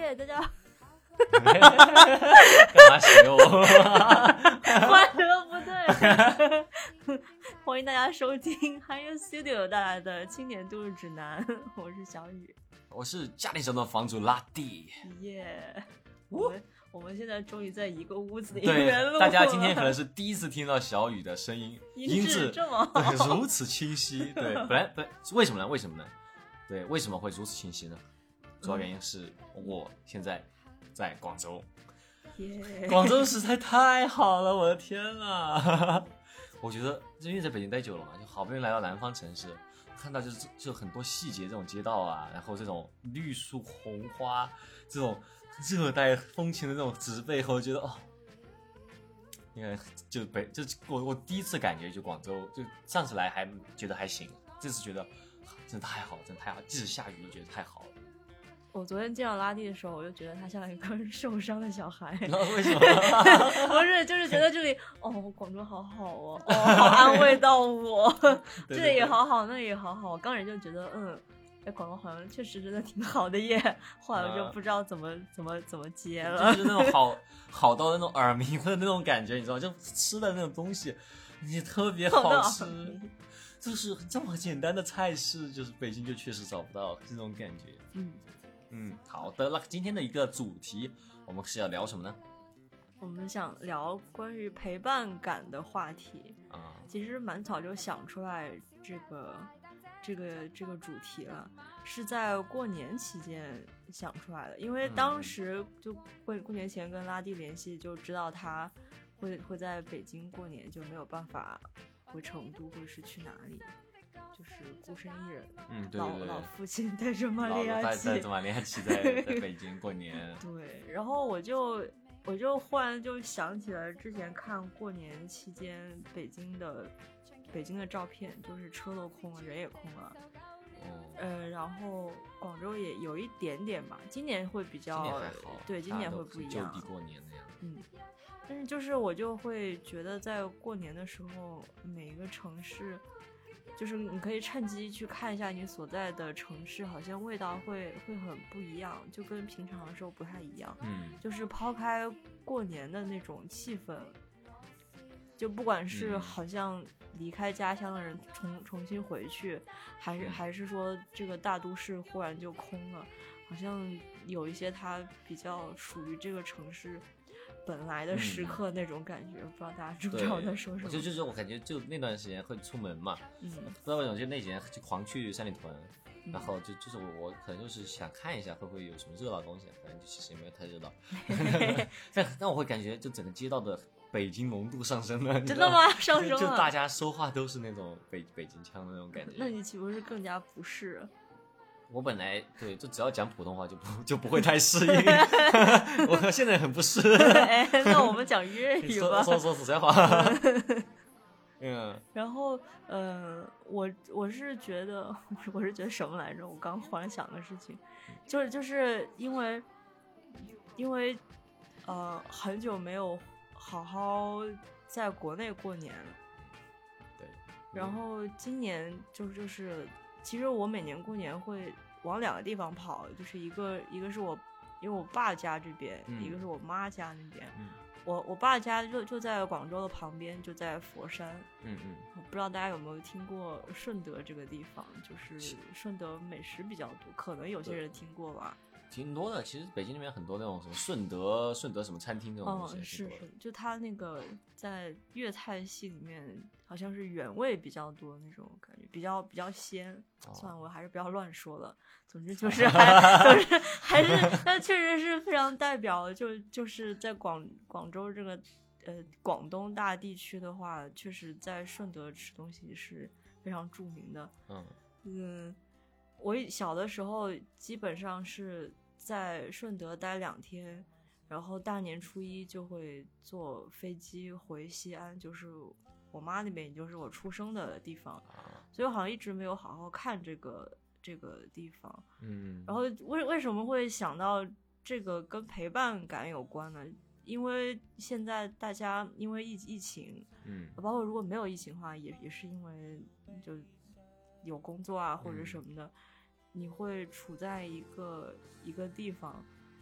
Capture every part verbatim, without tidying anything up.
耶，大家干嘛学我？ 换的不对。欢迎大家收听韩游 Studio 带来的青年度日指南，我是小雨， 我是家庭小的房主拉蒂。 耶、yeah ！我们我们现在终于在一个屋子里对面录了。 大家今天可能是第一次听到小雨的声音，音质这么好， 对如此清晰。对，本来本为什么呢？为什么呢？对，为什么会如此清晰呢？主要原因是我现在在广州。 Yeah 广州实在太好了，我的天啊！我觉得因为在北京待久了嘛，就好不容易来到南方城市，看到就是就很多细节，这种街道啊，然后这种绿树红花，这种热带风情的这种植被，我觉得哦，应该就北就我我第一次感觉就广州，就上次来还觉得还行，这次觉得真的太好，真的太好，即使下雨都觉得太好了。 我昨天见到拉蒂的时候，我就觉得他像一个受伤的小孩。 为什么？ 不是，就是觉得这里哦，广州好好哦，哦，好安慰到我。 对对对这里也好好，那里也好好。我刚才就觉得，嗯，哎，广州好像确实真的挺好的耶。后来我就不知道怎么、呃、怎么怎么接了， 就是那种好好到那种耳鸣的那种感觉，你知道吗？就吃的那种东西，你特别好吃。就是这么简单的菜式，就是北京就确实找不到这种感觉。 嗯。 嗯，好的，那今天的一个主题，我们是要聊什么呢？ 我们想聊关于陪伴感的话题啊。 其实蛮早就想出来这个这个这个主题了，是在过年期间想出来的，因为当时就过过年前跟拉蒂联系，就知道他会会在北京过年，就没有办法回成都或者是去哪里。就是孤身一人， 嗯，对对对， 老老父亲带着玛利亚旗， 带着玛利亚旗在在北京过年。 对，然后我就我就忽然就想起来之前看过年期间北京的北京的照片，就是车都空了，人也空了。 哦。 呃，然后广州也有一点点吧，今年会比较， 今年还好， 对，今年会不一样， 就地过年那样。 嗯，但是就是我就会觉得在过年的时候，每一个城市。就是你可以趁机去看一下你所在的城市，好像味道会会很不一样，就跟平常的时候不太一样。 嗯， 就是抛开过年的那种气氛，就不管是好像离开家乡的人重重新回去，还是还是说这个大都市忽然就空了，好像有一些它比较属于这个城市本来的时刻那种感觉，嗯、不知道大家知不知道我在说什么？ 就就是我感觉就那段时间会出门嘛， 嗯， 不知道为什么就那几年就狂去三里屯，嗯、然后就就是我我可能就是想看一下会不会有什么热闹的东西，反正就其实也没有太热闹，但但我会感觉就整个街道的北京浓度上升了， 真的吗？上升了， 就大家说话都是那种北北京腔的那种感觉。 那你岂不是更加不适？ 我本来对，就只要讲普通话就不就不会太适应，我现在很不适。 哎，那我们讲粤语吧。 说说说实在话。嗯。 然后，呃，我我是觉得，我是觉得什么来着？我刚忽然想的事情，就是就是因为，因为，呃，很久没有好好在国内过年了。 对。 然后今年就就是。其实我每年过年会往两个地方跑，就是一个一个是我因为我爸家这边， 嗯、 一个是我妈家那边。 嗯、 我我爸家就就在广州的旁边，就在佛山。 嗯嗯。 我不知道大家有没有听过顺德这个地方，就是顺德美食比较多，可能有些人听过吧。 挺多的，其实北京那边很多那种什么顺德顺德什么餐厅这种东西。 嗯，是是，就它那个在粤菜系里面，好像是原味比较多那种感觉，比较比较鲜。哦、算了，我还是不要乱说了。总之就是还就是还是，但确实是非常代表。就就是在广广州这个呃广东大地区的话，确实在顺德吃东西是非常著名的。 嗯嗯。我小的时候基本上是在顺德待两天，然后大年初一就会坐飞机回西安，就是我妈那边，也就是我出生的地方，所以我好像一直没有好好看这个这个地方。 嗯， 然后为为什么会想到这个跟陪伴感有关呢？因为现在大家因为疫疫情， 嗯， 包括如果没有疫情的话，也也是因为就有工作啊或者什么的。嗯，你会处在一个一个地方，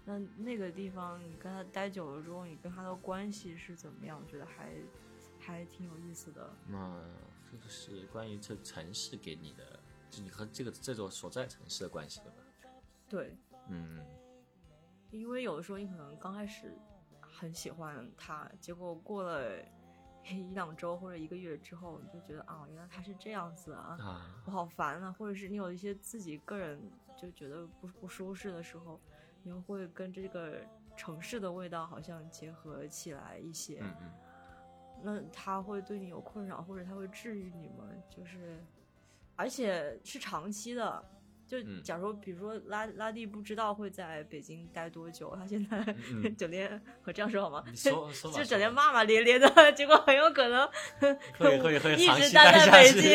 那那个地方你跟他待久了之后，你跟他的关系是怎么样？我觉得还还挺有意思的。 那这个是关于这城市给你的，就你和这个这座所在城市的关系，对吧？ 对， 嗯， 因为有的时候你可能刚开始很喜欢他，结果过了一两周或者一个月之后，你就觉得啊，原来他是这样子啊， 啊我好烦啊，或者是你有一些自己个人就觉得不不舒适的时候，你又会跟这个城市的味道好像结合起来一些。 嗯嗯， 那他会对你有困扰，或者他会治愈你吗？就是而且是长期的。就假如比如说拉拉蒂不知道会在北京待多久，他现在、嗯、整天我这样说好吗？ 说说就整天骂骂咧咧的，结果很有可能会会会一直待在北京。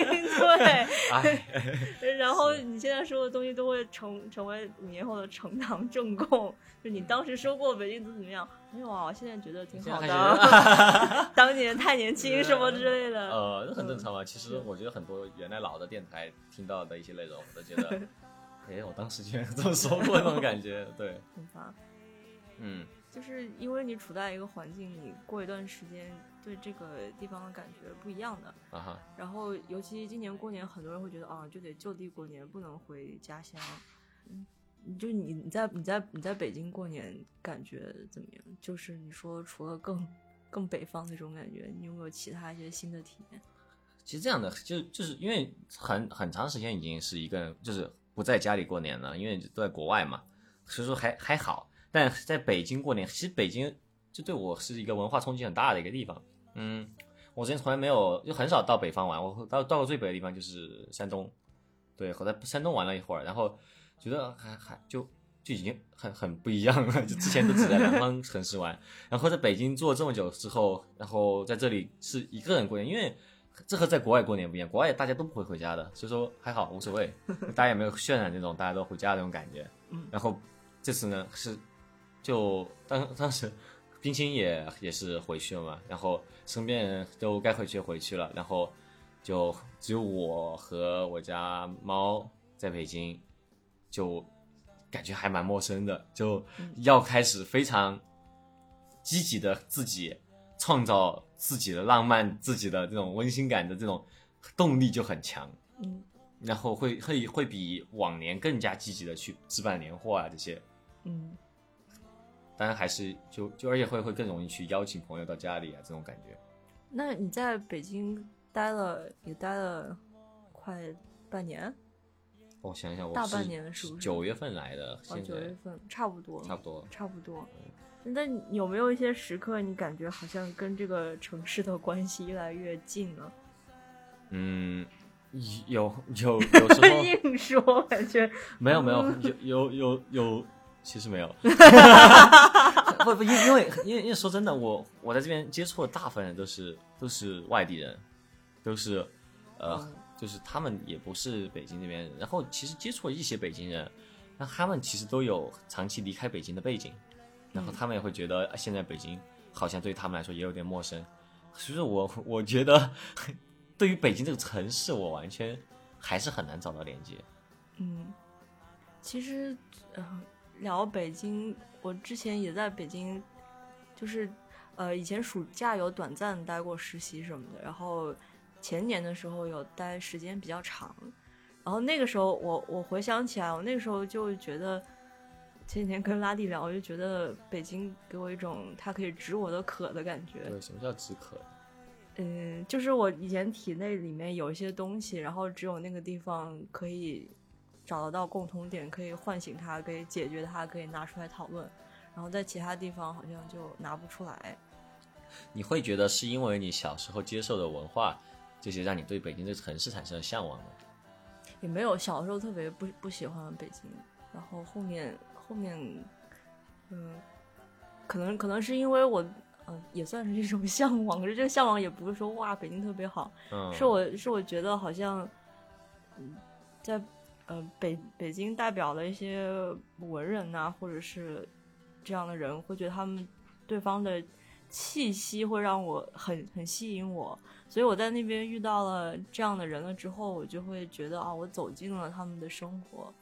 对， 然后你现在说的东西都会成成为五年后的呈堂证供。就你当时说过北京怎么怎么样，没有啊，我现在觉得挺好的。当年太年轻什么之类的。 呃，这很正常嘛。嗯、其实我觉得很多原来老的电台听到的一些内容，我都觉得，哎，我当时居然这么说过那种感觉，对， 很烦。 嗯， 就是因为你处在一个环境，你过一段时间对这个地方的感觉不一样的。 啊哈。 然后尤其今年过年，很多人会觉得啊，就得就地过年，不能回家乡。嗯。就你你在你在你在北京过年感觉怎么样？就是你说除了更更北方那种感觉，你有没有其他一些新的体验？ 其实这样的就就是因为很很长时间已经是一个人就是不在家里过年了，因为都在国外嘛，所以说还还好。但在北京过年，其实北京就对我是一个文化冲击很大的一个地方。嗯，我之前从来没有就很少到北方玩，我到到过最北的地方就是山东，对，我在山东玩了一会儿，然后。觉得还还就就已经很很不一样了，就之前都只在南方城市玩，然后在北京做这么久之后，然后在这里是一个人过年，因为这和在国外过年不一样，国外大家都不会回家的，所以说还好无所谓，大家也没有渲染那种大家都回家的那种感觉。然后这次呢是就当当时冰清也也是回去了嘛，然后身边人都该回去回去了，然后就只有我和我家猫在北京。就感觉还蛮陌生的，就要开始非常积极的自己创造自己的浪漫，自己的这种温馨感的这种动力就很强。 嗯， 然后会会会比往年更加积极的去置办年货啊这些。 嗯， 当然还是就就而且会会更容易去邀请朋友到家里啊这种感觉。 那你在北京待了也待了快半年？ 我想想，我大半年是不是？ 九月份来的， 哦，九月份差不多， 差不多， 差不多。那有没有一些时刻，你感觉好像跟这个城市的关系越来越近了？ 嗯，有有有时候硬说，感觉没有没有有有有有，其实没有。不不，因因为因为因为说真的，我我在这边接触的大部分人都是都是外地人，都是呃。嗯就是他们也不是北京这边人，然后其实接触了一些北京人，那他们其实都有长期离开北京的背景，然后他们也会觉得现在北京好像对他们来说也有点陌生，所以说我我觉得对于北京这个城市，我完全还是很难找到连接。 嗯，其实呃聊北京，我之前也在北京，就是呃以前暑假有短暂待过实习什么的，然后。前年的时候有待时间比较长，然后那个时候我我回想起来，我那个时候就觉得前几天跟拉蒂聊，我就觉得北京给我一种它可以止我的渴的感觉。 对，什么叫止渴？ 嗯，就是我以前体内里面有一些东西，然后只有那个地方可以找得到共同点，可以唤醒它，可以解决它，可以拿出来讨论，然后在其他地方好像就拿不出来。 你会觉得是因为你小时候接受的文化这些让你对北京这个城市产生了向往吗？ 也没有，小时候特别不不喜欢北京，然后后面后面，嗯，可能可能是因为我，嗯、呃，也算是一种向往，可是这个向往也不是说哇北京特别好， 嗯， 是我是我觉得好像，嗯，在呃北北京代表的一些文人呐、啊，或者是这样的人，会觉得他们对方的气息会让我很很吸引我。所以我在那边遇到了这样的人了之后，我就会觉得啊，我走进了他们的生活，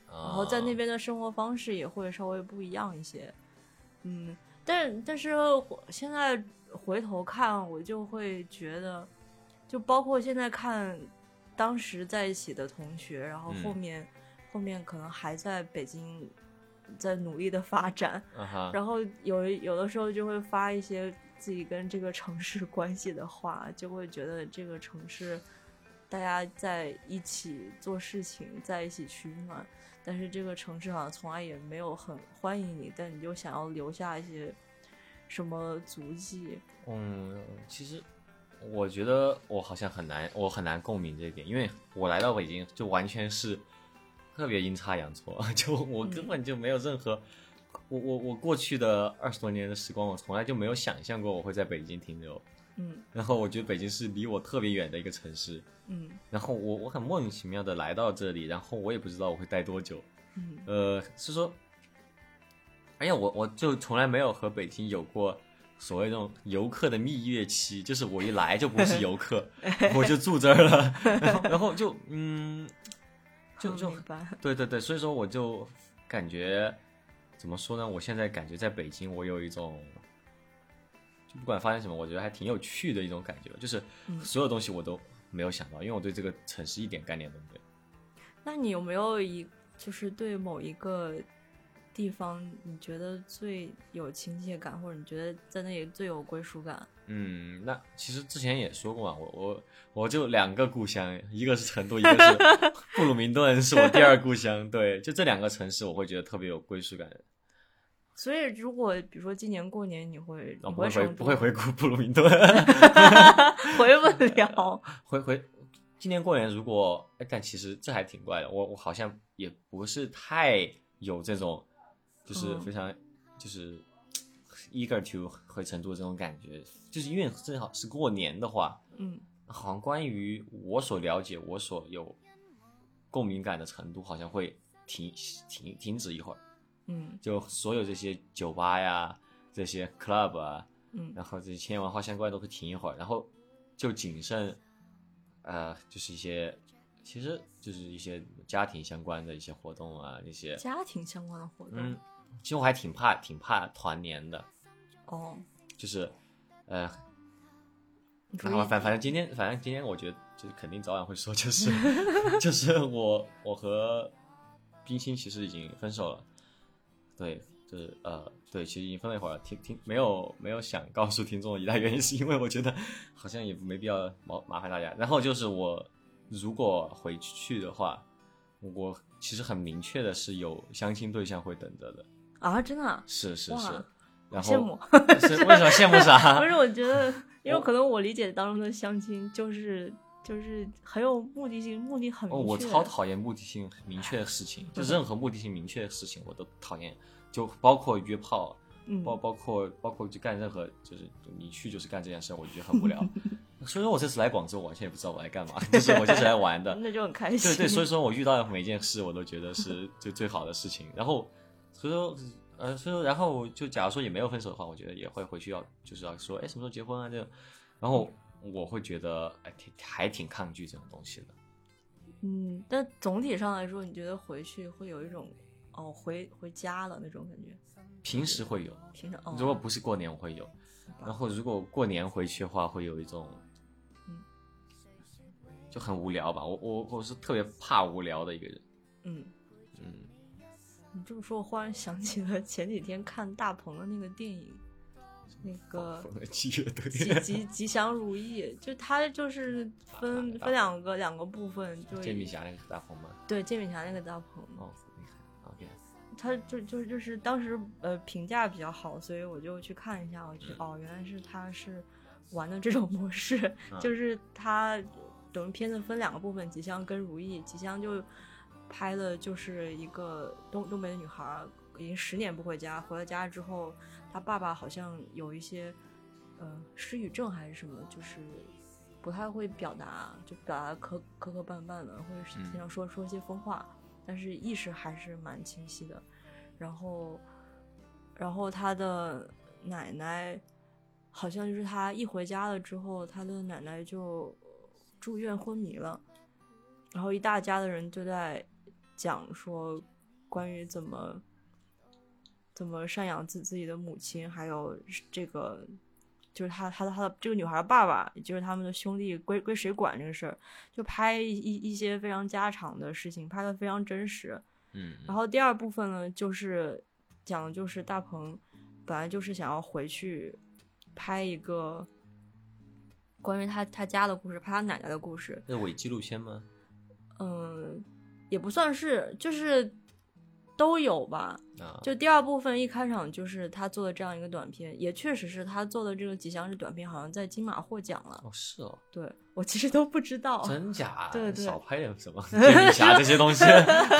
然后在那边的生活方式也会稍微不一样一些。嗯，但但是现在回头看，我就会觉得，就包括现在看当时在一起的同学，然后后面、嗯、后面可能还在北京在努力的发展， uh-huh. 然后有有的时候就会发一些自己跟这个城市关系的话，就会觉得这个城市大家在一起做事情，在一起取暖，但是这个城市好像从来也没有很欢迎你，但你就想要留下一些什么足迹。 嗯，其实我觉得我好像很难我很难共鸣这一点，因为我来到北京就完全是特别阴差阳错，就我根本就没有任何、嗯、我我我过去的二十多年的时光，我从来就没有想象过我会在北京停留。 嗯， 然后我觉得北京是离我特别远的一个城市。 嗯， 然后我我很莫名其妙的来到这里，然后我也不知道我会待多久。 嗯， 呃，是说，哎呀，我我就从来没有和北京有过所谓这种游客的蜜月期，就是我一来就不是游客，我就住这儿了，然后然后就嗯，就就对对对，所以说我就感觉怎么说呢？我现在感觉在北京，我有一种。就不管发生什么，我觉得还挺有趣的一种感觉，就是所有东西我都没有想到，因为我对这个城市一点概念都没有。 那你有没有一就是对某一个地方你觉得最有亲切感，或者你觉得在那里最有归属感？ 嗯，那其实之前也说过嘛，我我我就两个故乡，一个是成都，一个是布鲁明顿，是我第二故乡。对，就这两个城市，我会觉得特别有归属感。 所以如果比如说今年过年你会、 哦、 你不会回不会回布鲁明顿回不了回回今年过年如果但其实这还挺怪的，我我好像也不是太有这种就是非常、嗯、就是 eager to 回成都这种感觉，就是因为正好是过年的话， 嗯， 好像关于我所了解我所有共鸣感的程度好像会停停停止一会儿。 嗯， 就所有这些酒吧呀，这些 club 啊， 嗯， 然后这些千言万话相关都会停一会儿，然后就仅剩，呃，就是一些，其实就是一些家庭相关的一些活动啊，那些家庭相关的活动。 嗯，其实我还挺怕，挺怕团年的。 哦， 就是，呃，反反反正今天，反正今天我觉得就是肯定早晚会说，就是就是我我和冰心其实已经分手了。对，就是呃，对，其实已经分了一会儿了，听听没有没有想告诉听众的一大原因，是因为我觉得好像也没必要麻麻烦大家。然后就是我如果回去的话，我其实很明确的是有相亲对象会等着的啊，真的、啊？ 是是是，然后羡慕是为什么羡慕啥？ 不是，我觉得，因为可能我理解当中的相亲就是就是很有目的性，目的很明确。 哦，我超讨厌目的性明确的事情，就任何目的性明确的事情我都讨厌，就包括约炮， 嗯， 包包括包括就干任何，就是你去就是干这件事，我就觉得很无聊。所以说我这次来广州，我完全也不知道我来干嘛，就是我就是来玩的， 那就很开心。 对对，所以说我遇到的每件事，我都觉得是就最好的事情。然后所以说呃，所以说然后就假如说也没有分手的话，我觉得也会回去要就是要说，哎，什么时候结婚啊？这个，然后我会觉得哎，挺还挺抗拒这种东西的。 嗯，但总体上来说，你觉得回去会有一种哦回回家了那种感觉？ 平时会有， 平时、哦、 如果不是过年我会有，然后如果过年回去的话，会有一种， 嗯， 就很无聊吧。我我我是特别怕无聊的一个人。 嗯嗯， 你这么说，我忽然想起了前几天看大鹏的那个电影。那个吉吉吉祥如意，就它就是分、啊、分两个两个部分，就煎饼侠那个大鹏吗？ 对，煎饼侠那个大鹏。 哦，厉害 ，OK。 他就就就是当时呃评价比较好，所以我就去看一下，我觉得、嗯、哦，原来是他是玩的这种模式，嗯、就是他等于片子分两个部分，吉祥跟如意。吉祥就拍的就是一个东东北的女孩，已经十年不回家，回了家之后。他爸爸好像有一些，呃，失语症还是什么，就是不太会表达，就表达磕磕磕绊绊的，或者是经常说说一些疯话，但是意识还是蛮清晰的。然后，然后他的奶奶好像就是他一回家了之后，他的奶奶就住院昏迷了，然后一大家的人就在讲说关于怎么怎么赡养自自己的母亲，还有这个就是他他的他的这个女孩的爸爸，也就是他们的兄弟归归谁管这个事儿，就拍一一些非常家常的事情，拍得非常真实。 嗯， 然后第二部分呢，就是讲的就是大鹏本来就是想要回去拍一个关于他他家的故事，拍他奶奶的故事。 那伪纪录片吗？ 嗯，也不算是，就是都有吧。 啊， 就第二部分一开场就是他做的这样一个短片，也确实是他做的这个吉祥日短片，好像在金马获奖了。 哦，是哦， 对，我其实都不知道， 真假？ 对对， 少拍点什么电影侠这些东西。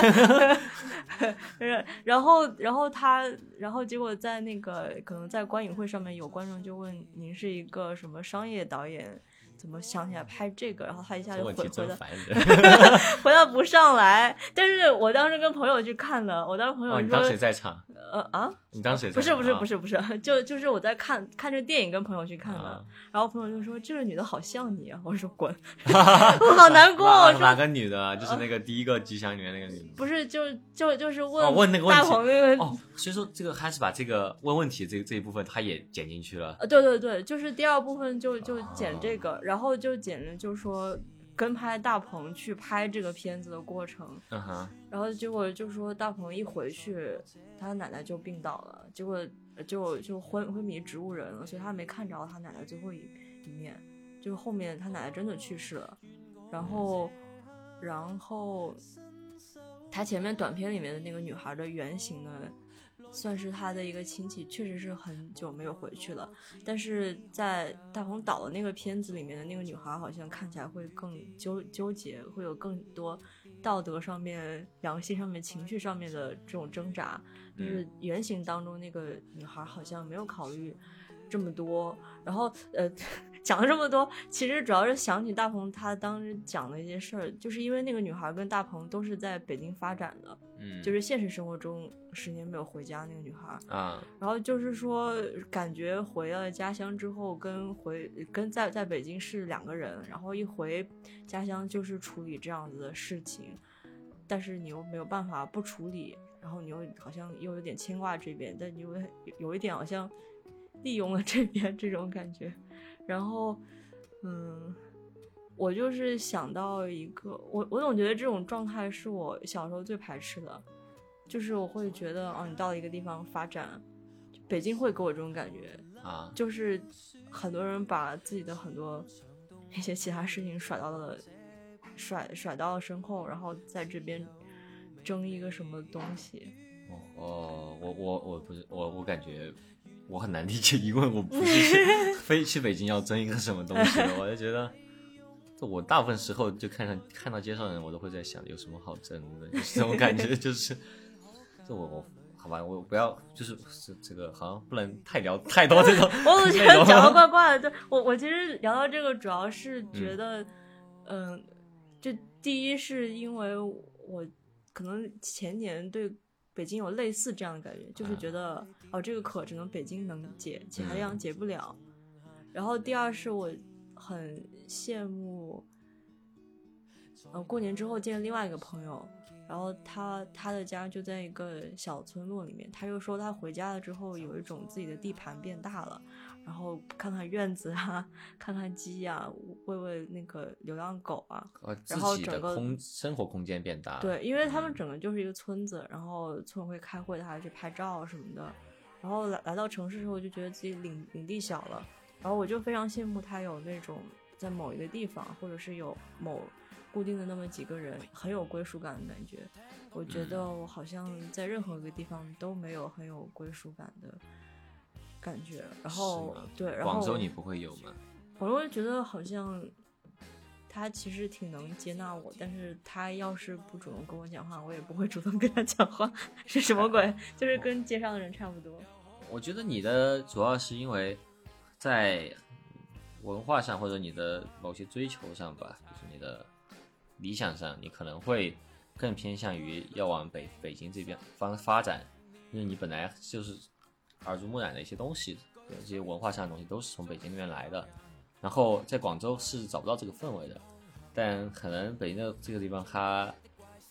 然后，然后他，然后结果在那个可能在观影会上面有观众就问您是一个什么商业导演，怎么想起来拍这个？然后他一下就回回到回到不上来。但是我当时跟朋友去看的，我当时朋友说， 哦，你当时在场？ 呃啊， 你当时不是不是不是不是，就就是我在看看这个电影，跟朋友去看的。 啊、 然后朋友就说这个女的好像你啊，我说滚，我好难过。我说哪个女的？就是那个第一个吉祥里面那个女的。 不是，就就就是问、 哦、问那个问题。 大鹏那个哦，所以说这个还是把这个问问题这这一部分他也剪进去了。 呃，对对对，就是第二部分就就剪这个，哦、然后就剪着就说跟拍大鹏去拍这个片子的过程。 嗯哼。 然后结果就说大鹏一回去，他奶奶就病倒了，结果就就昏昏迷植物人了，所以他没看着他奶奶最后一一面，就是后面他奶奶真的去世了。然后然后他前面短片里面的那个女孩的原型呢，算是他的一个亲戚，确实是很久没有回去了。但是在大鹏导的那个片子里面的那个女孩，好像看起来会更纠纠结，会有更多道德上面、良心上面、情绪上面的这种挣扎。就是原型当中那个女孩好像没有考虑这么多。然后呃，讲了这么多，其实主要是想起大鹏他当时讲的一些事儿，就是因为那个女孩跟大鹏都是在北京发展的。 嗯， 就是现实生活中十年没有回家那个女孩啊， 然后就是说感觉回了家乡之后跟回跟在在北京是两个人，然后一回家乡就是处理这样子的事情，但是你又没有办法不处理，然后你又好像又有点牵挂这边，但你又有一点好像利用了这边这种感觉。然后嗯我就是想到一个，我我总觉得这种状态是我小时候最排斥的，就是我会觉得，哦，你到了一个地方发展，北京会给我这种感觉啊， 就是很多人把自己的很多一些其他事情甩到了甩甩到了身后，然后在这边争一个什么东西。 哦，我我我不是我我感觉我很难理解，因为我不是非去北京要争一个什么东西的，我就觉得。我大部分时候就看上看到街上人，我都会在想有什么好争的，就是这种感觉，就是这我我好吧，我不要就是这个好像不能太聊太多这种。 我总觉得讲的怪怪的，我我其实聊到这个主要是觉得，嗯、呃，就第一是因为我可能前年对北京有类似这样的感觉，就是觉得、啊、哦这个渴只能北京能解，其他地方解不了。嗯、然后第二是我很羡慕，呃，过年之后见另外一个朋友，然后他他的家就在一个小村落里面，他就说他回家了之后有一种自己的地盘变大了，然后看看院子啊，看看鸡啊，喂喂那个流浪狗啊， 呃、 然后整个自己的空生活空间变大了。 对，因为他们整个就是一个村子，然后村会开会，他还去拍照什么的，然后来来到城市之后就觉得自己领领地小了。然后我就非常羡慕他有那种在某一个地方，或者是有某固定的那么几个人很有归属感的感觉。我觉得我好像在任何一个地方都没有很有归属感的感觉。然后对，然后广州你不会有吗？ 广州觉得好像他其实挺能接纳我，但是他要是不主动跟我讲话，我也不会主动跟他讲话。是什么鬼？就是跟街上的人差不多。 我觉得你的主要是因为在文化上或者你的某些追求上吧，就是你的理想上，你可能会更偏向于要往北北京这边方发展，因为你本来就是耳濡目染的一些东西，这些文化上的东西都是从北京那边来的，然后在广州是找不到这个氛围的，但可能北京的这个地方它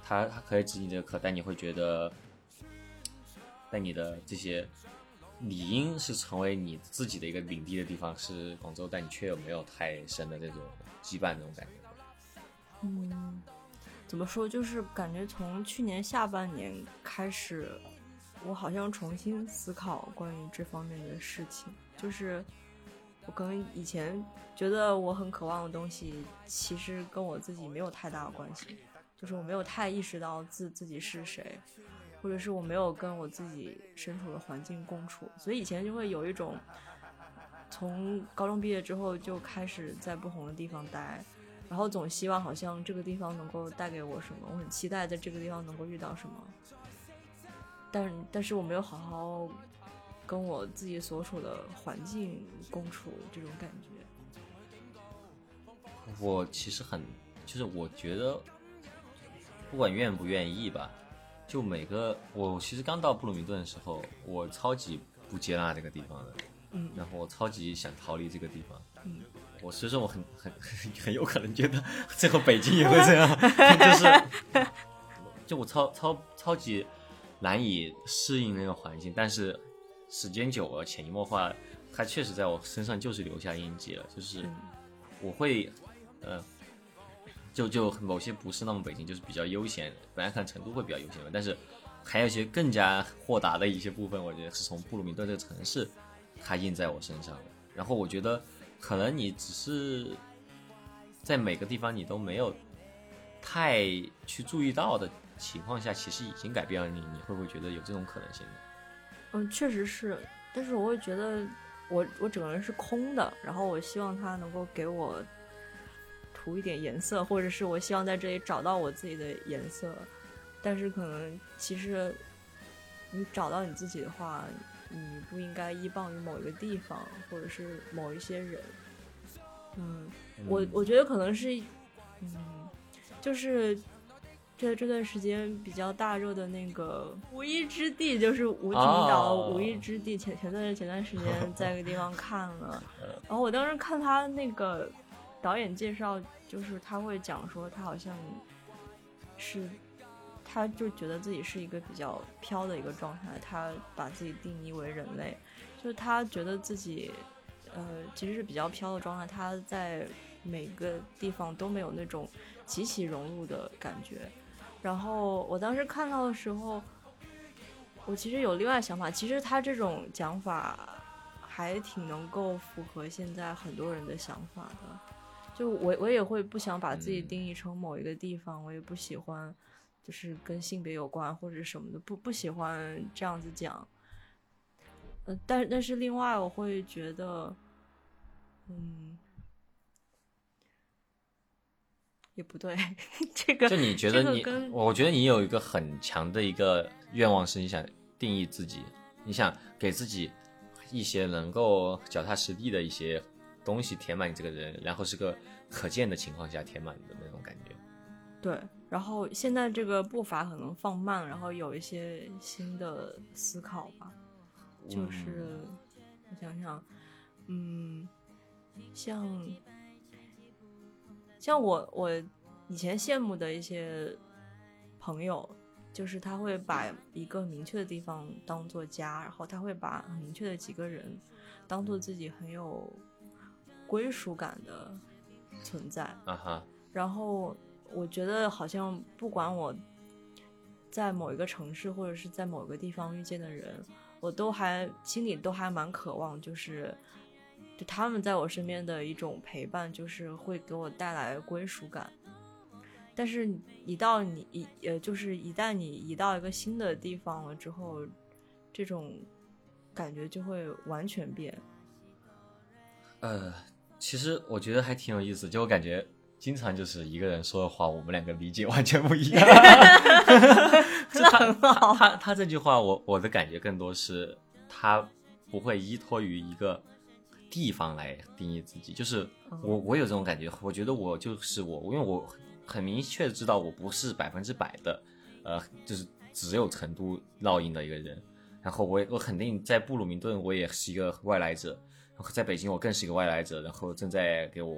他他可以指你这个课，但你会觉得，但你的这些理应是成为你自己的一个领地的地方是广州，但你却又没有太深的这种羁绊那种感觉。 嗯，怎么说？就是感觉从去年下半年开始，我好像重新思考关于这方面的事情。就是我可能以前觉得我很渴望的东西，其实跟我自己没有太大的关系。就是我没有太意识到自自己是谁，或者是我没有跟我自己身处的环境共处，所以以前就会有一种从高中毕业之后就开始在不同的地方待。然后总希望好像这个地方能够带给我什么，我很期待在这个地方能够遇到什么，但但是我没有好好跟我自己所处的环境共处，这种感觉。 我其实很，就是我觉得，不管愿不愿意吧，就每个我其实刚到布鲁明顿的时候，我超级不接纳这个地方的， 嗯， 然后我超级想逃离这个地方， 嗯。 我所以说我很很很有可能觉得最后北京也会这样，就是就我超超超级难以适应那个环境，但是时间久了潜移默化，它确实在我身上就是留下印记了，就是我会呃就就某些不是那么北京，就是比较悠闲，本来看成都会比较悠闲，但是还有一些更加豁达的一些部分，我觉得是从布鲁明顿这个城市它印在我身上的。然后我觉得可能你只是在每个地方你都没有太去注意到的情况下，其实已经改变了你，你会不会觉得有这种可能性呢？ 嗯，确实是，但是我会觉得我我整个人是空的，然后我希望它能够给我涂一点颜色，或者是我希望在这里找到我自己的颜色，但是可能其实你找到你自己的话，你不应该依傍于某一个地方或者是某一些人。嗯，我我觉得可能是，嗯，就是这这段时间比较大热的那个《无依之地》，就是吴婷导的《无依之地》，前前段前段时间在一个地方看了，然后我当时看他那个导演介绍，就是他会讲说他好像是。他就觉得自己是一个比较飘的一个状态，他把自己定义为人类，就是他觉得自己呃其实是比较飘的状态，他在每个地方都没有那种极其融入的感觉。然后我当时看到的时候，我其实有另外想法，其实他这种讲法还挺能够符合现在很多人的想法的，就我我也会不想把自己定义成某一个地方，我也不喜欢就是跟性别有关或者什么的，不不喜欢这样子讲。呃，但但是另外我会觉得，嗯，也不对，这个就你觉得你， 这个、 我觉得你有一个很强的一个愿望是你想定义自己，你想给自己一些能够脚踏实地的一些东西填满你这个人，然后是个可见的情况下填满的那种感觉。 对。然后现在这个步伐可能放慢，然后有一些新的思考吧，就是、嗯、我想想，嗯，像像我我以前羡慕的一些朋友，就是他会把一个明确的地方当作家，然后他会把很明确的几个人当作自己很有归属感的存在啊哈， 然后我觉得好像不管我在某一个城市或者是在某个地方遇见的人，我都还心里都还蛮渴望，就是就他们在我身边的一种陪伴，就是会给我带来归属感。但是一到你一呃，就是一旦你移到一个新的地方了之后，这种感觉就会完全变。 呃，其实我觉得还挺有意思，就我感觉经常就是一个人说的话，我们两个理解完全不一样。 这很好。 他他这句话我，我我的感觉更多是他不会依托于一个地方来定义自己，就是我我有这种感觉，我觉得我就是我，因为我很明确的知道我不是百分之百的，呃，就是只有成都烙印的一个人。然后我我肯定在布鲁明顿我也是一个外来者，然后在北京我更是一个外来者，然后正在给我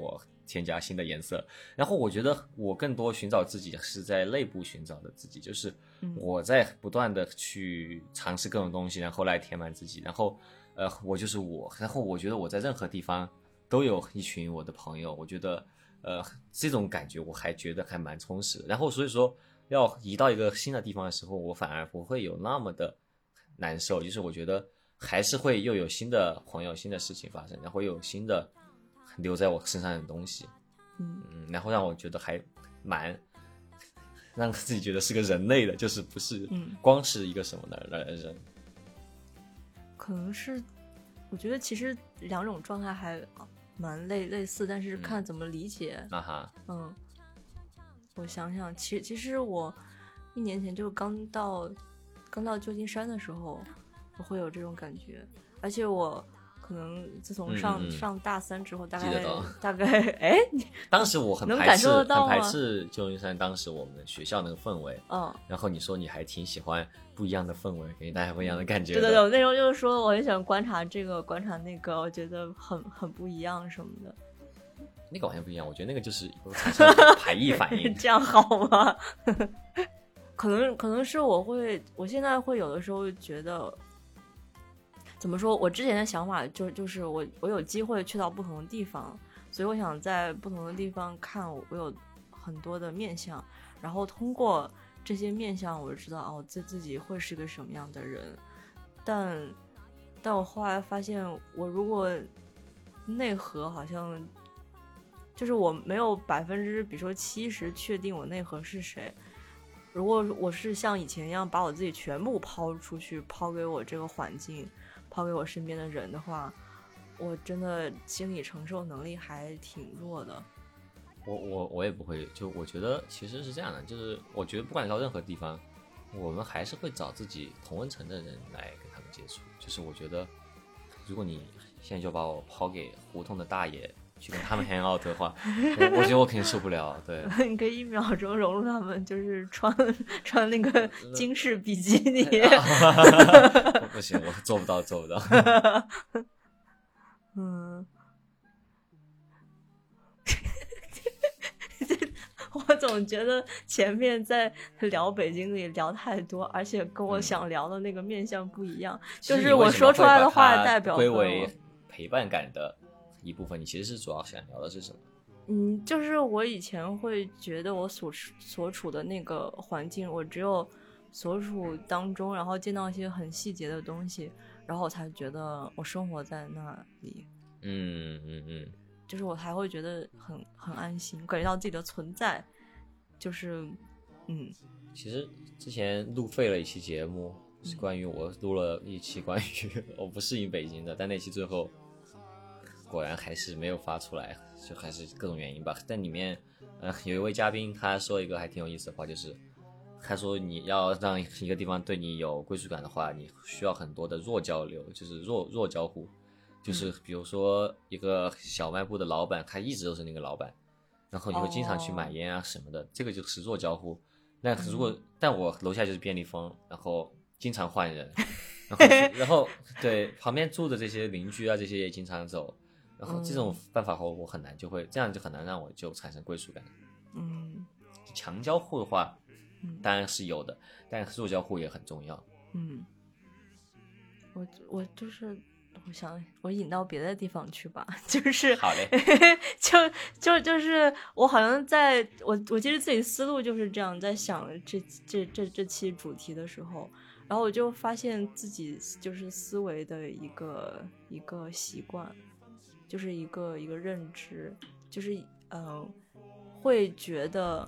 添加新的颜色。然后我觉得我更多寻找自己是在内部寻找的自己，就是我在不断的去尝试各种东西，然后来填满自己，然后呃，我就是我，然后我觉得我在任何地方都有一群我的朋友，我觉得呃这种感觉我还觉得还蛮充实的。然后所以说要移到一个新的地方的时候，我反而不会有那么的难受，就是我觉得还是会又有新的朋友新的事情发生，然后又有新的留在我身上的东西， 嗯嗯，然后让我觉得还蛮让自己觉得是个人类的，就是不是光是一个什么的人。 可能是我觉得其实两种状态还蛮类类似，但是看怎么理解。 嗯、啊哈， 嗯，我想想，其其实我一年前就刚到刚到旧金山的时候，我会有这种感觉，而且我可能自从上、嗯嗯、上大三之后，大概大概哎， 当时我很能排斥， 感受得到吗？ 很排斥旧金山当时我们学校那个氛围。 嗯， 然后你说你还挺喜欢不一样的氛围，给大家不一样的感觉的。 对对对，我那时候就是说我很喜欢观察这个，观察那个，我觉得很很不一样什么的。 那个完全不一样，我觉得那个就是产生排异反应。 这样好吗？可能可能是我会，我现在会有的时候觉得。怎么说？我之前的想法就就是我我有机会去到不同的地方，所以我想在不同的地方看我有很多的面向，然后通过这些面向，我就知道哦，自自己会是个什么样的人。但但我后来发现，我如果内核好像就是我没有百分之比如说七十确定我内核是谁。如果我是像以前一样把我自己全部抛出去，抛给我这个环境。抛给我身边的人的话，我真的心理承受能力还挺弱的。 我我我也不会，就我觉得其实是这样的，就是我觉得不管到任何地方，我们还是会找自己同温层的人来跟他们接触。就是我觉得，如果你现在就把我抛给胡同的大爷去跟他们 hang out 的话，我, 我觉得我肯定受不了。对， 你可以一秒钟融入他们，就是穿穿那个金饰比基尼。 不行，我做不到，做不到。 嗯，我总觉得前面在聊北京里聊太多，而且跟我想聊的那个面向不一样。嗯、就是我说出来的话代表归为陪伴感的一部分。你其实是主要想聊的是什么？ 嗯，就是我以前会觉得我所所处的那个环境，我只有所处当中，然后见到一些很细节的东西，然后我才觉得我生活在那里。 嗯嗯嗯， 就是我才会觉得很很安心，感觉到自己的存在。就是嗯， 其实之前录废了一期节目，是关于我录了一期关于我不适应北京的，但那期最后果然还是没有发出来，就还是各种原因吧。但里面呃有一位嘉宾他说一个还挺有意思的话，就是他说你要让一个地方对你有归属感的话，你需要很多的弱交流，就是弱弱交互。就是比如说一个小卖部的老板，他一直都是那个老板，然后你会经常去买烟啊什么的，哦、这个就是弱交互。那如果、嗯、但我楼下就是便利蜂，然后经常换人，然后然后对旁边住的这些邻居啊，这些也经常走，然后这种办法后我很难就会这样就很难让我就产生归属感。 嗯， 强交互的话，当然是有的，但弱交互也很重要。 嗯，我我就是。我想我引到别的地方去吧，就是好嘞， 就就就是我好像在我我其实自己思路就是这样，在想这这这这期主题的时候，然后我就发现自己就是思维的一个一个习惯，就是一个一个认知，就是嗯、呃，会觉得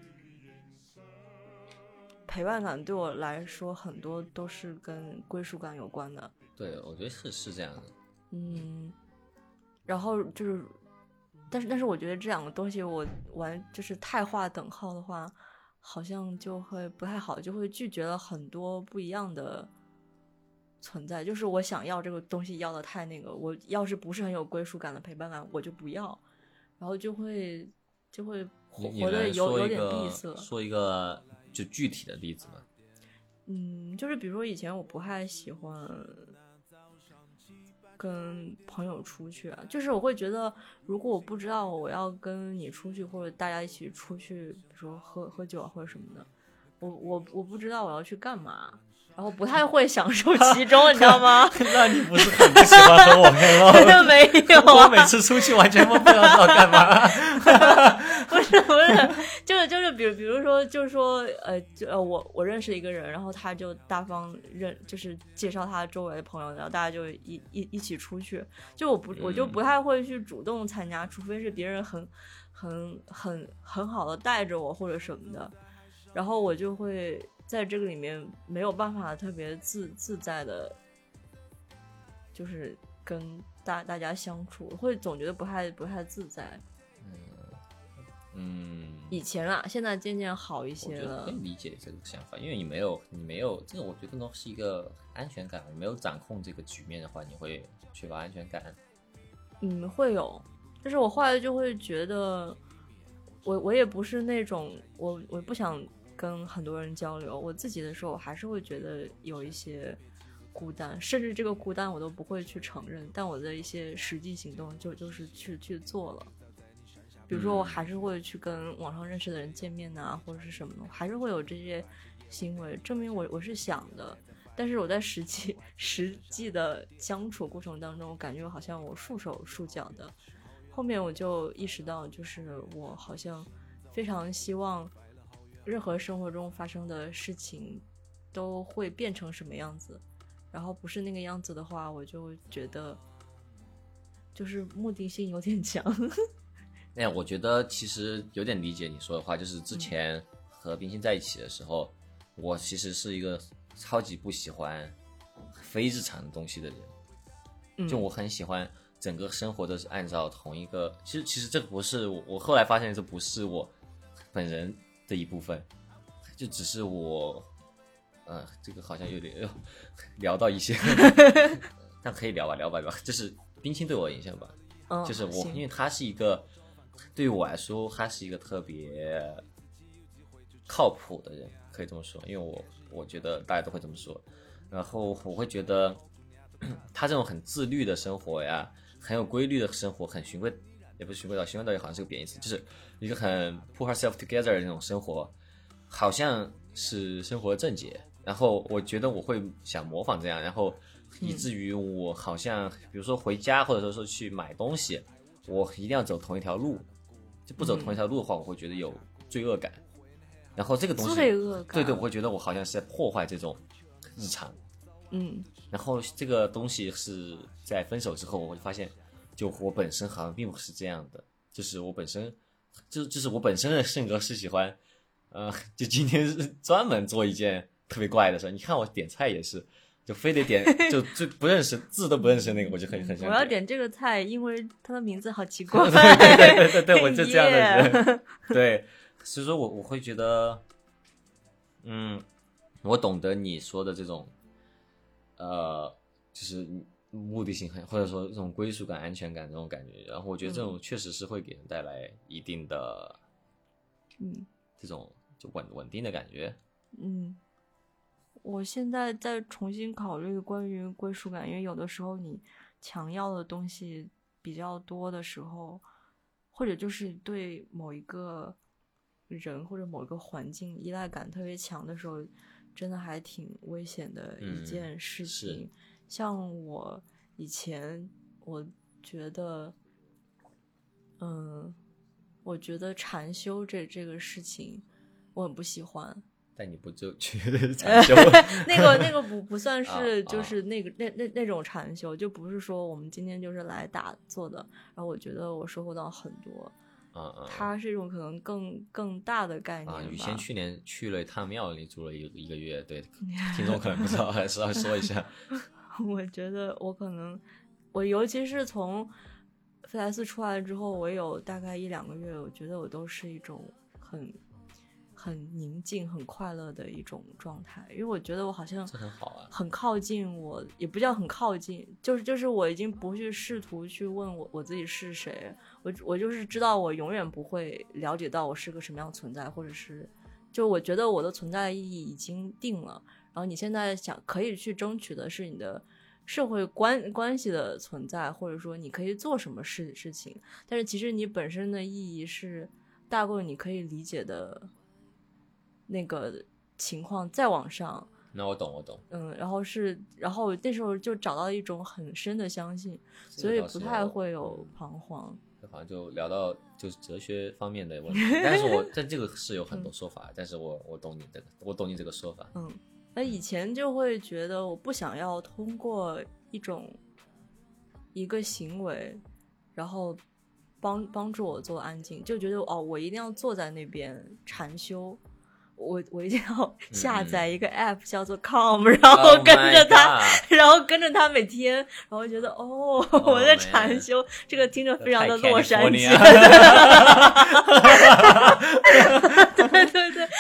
陪伴感对我来说很多都是跟归属感有关的。 对，我觉得是是这样的。 嗯，然后就是，但是但是我觉得这两个东西我玩就是太划等号的话，好像就会不太好，就会拒绝了很多不一样的存在。就是我想要这个东西要的太那个，我要是不是很有归属感的陪伴感，我就不要，然后就会就会活得有有点闭塞。 说一个就具体的例子吧。 嗯，就是比如说以前我不太喜欢。 跟朋友出去啊，就是我会觉得，如果我不知道我要跟你出去，或者大家一起出去，比如说喝喝酒啊或者什么的，我我我不知道我要去干嘛，然后不太会享受其中，你知道吗？ 那你不是很不喜欢和我黑喽？ 没有、啊， 我每次出去完全不知道要干嘛。 不是不是，就是就是比如比如说就是说呃就呃我我认识一个人，然后他就大方认就是介绍他周围的朋友，然后大家就一一一起出去，就我不我就不太会去主动参加，除非是别人很很很很好的带着我或者什么的，然后我就会在这个里面没有办法特别自自在的，就是跟大大家相处，会总觉得不太不太自在。 嗯， 以前啦，现在渐渐好一些了。 我觉得可以理解这个想法，因为你没有，你没有这个，我觉得更多是一个安全感。你没有掌控这个局面的话，你会缺乏安全感。 嗯，会有，但是我后来就会觉得，我我也不是那种我我不想跟很多人交流，我自己的时候，我还是会觉得有一些孤单，甚至这个孤单我都不会去承认，但我的一些实际行动就就是去去做了。比如说我还是会去跟网上认识的人见面啊，或者是什么的，还是会有这些行为，证明我我是想的。但是我在实际实际的相处过程当中，我感觉好像我束手束脚的。后面我就意识到，就是我好像非常希望任何生活中发生的事情都会变成什么样子，然后不是那个样子的话，我就觉得就是目的性有点强。 那我觉得其实有点理解你说的话，就是之前和冰心在一起的时候，嗯、我其实是一个超级不喜欢非日常的东西的人，嗯、就我很喜欢整个生活都是按照同一个，其实其实这个不是我，我后来发现这不是我本人的一部分，就只是我，呃，这个好像有点聊到一些，但可以聊吧，聊吧，聊吧，就是冰心对我的影响吧，哦、就是我，因为他是一个。对于我来说，他是一个特别靠谱的人，可以这么说，因为我我觉得大家都会这么说。然后我会觉得他这种很自律的生活呀，很有规律的生活，很循规，也不是循规蹈，循规蹈也好像是个贬义词，就是一个很 put herself together 的那种生活，好像是生活的正解。然后我觉得我会想模仿这样，然后以至于我好像比如说回家或者说去买东西，我一定要走同一条路，就不走同一条路的话，我会觉得有罪恶感。然后这个东西， 罪恶感， 对对，我会觉得我好像是在破坏这种日常。 嗯， 然后这个东西是在分手之后，我就发现，就我本身好像并不是这样的，就是我本身，就就是我本身的性格是喜欢，呃，就今天是专门做一件特别怪的事。你看我点菜也是。就非得点，就就不认识字都不认识那个，我就很很想点。 我要点这个菜，因为它的名字好奇怪。 对对对对对，我就这样的人。对，所以说我我会觉得，嗯，我懂得你说的这种，呃，就是目的性很，或者说这种归属感、安全感这种感觉。然后我觉得这种确实是会给人带来一定的， 嗯， 这种就稳稳定的感觉。 嗯。我现在在重新考虑关于归属感，因为有的时候你强要的东西比较多的时候，或者就是对某一个人或者某一个环境依赖感特别强的时候，真的还挺危险的一件事情。嗯、像我以前，我觉得，嗯，我觉得禅修这这个事情，我很不喜欢。 但你不就去禅修？ 那个那个不不算是，就是那个、啊、那那那种禅修，就不是说我们今天就是来打坐的。然后我觉得我收获到很多， 嗯嗯， 它是一种可能更更大的概念吧。 啊，雨仙去年去了一趟庙里，住了一个一个月，对，听众可能不知道，还是要说一下。 我觉得我可能，我尤其是从菲莱斯出来之后，我有大概一两个月，我觉得我都是一种很。很宁静很快乐的一种状态，因为我觉得我好像这很好啊， 很靠近我，也不叫很靠近，就是就是我已经不去试图去问我我自己是谁，我我就是知道我永远不会了解到我是个什么样的存在，或者是就我觉得我的存在的意义已经定了，然后你现在想可以去争取的是你的社会关关系的存在，或者说你可以做什么事事情，但是其实你本身的意义是大过你可以理解的那个情况再往上。 那我懂我懂， 嗯，然后是，然后那时候就找到一种很深的相信，所以不太会有彷徨。 好像就聊到就是哲学方面的问题，但是我但这个是有很多说法，嗯、但是我我懂你这个，我懂你这个说法。 嗯，那以前就会觉得我不想要通过一种一个行为，然后帮帮助我做安静，就觉得哦，我一定要坐在那边禅修。我我一定要下载一个 app 叫做 Calm，、嗯、然后跟着他、oh 然后跟着他每天，然后觉得哦、oh, 我在禅修、oh, 这个听着非常的洛杉矶对对对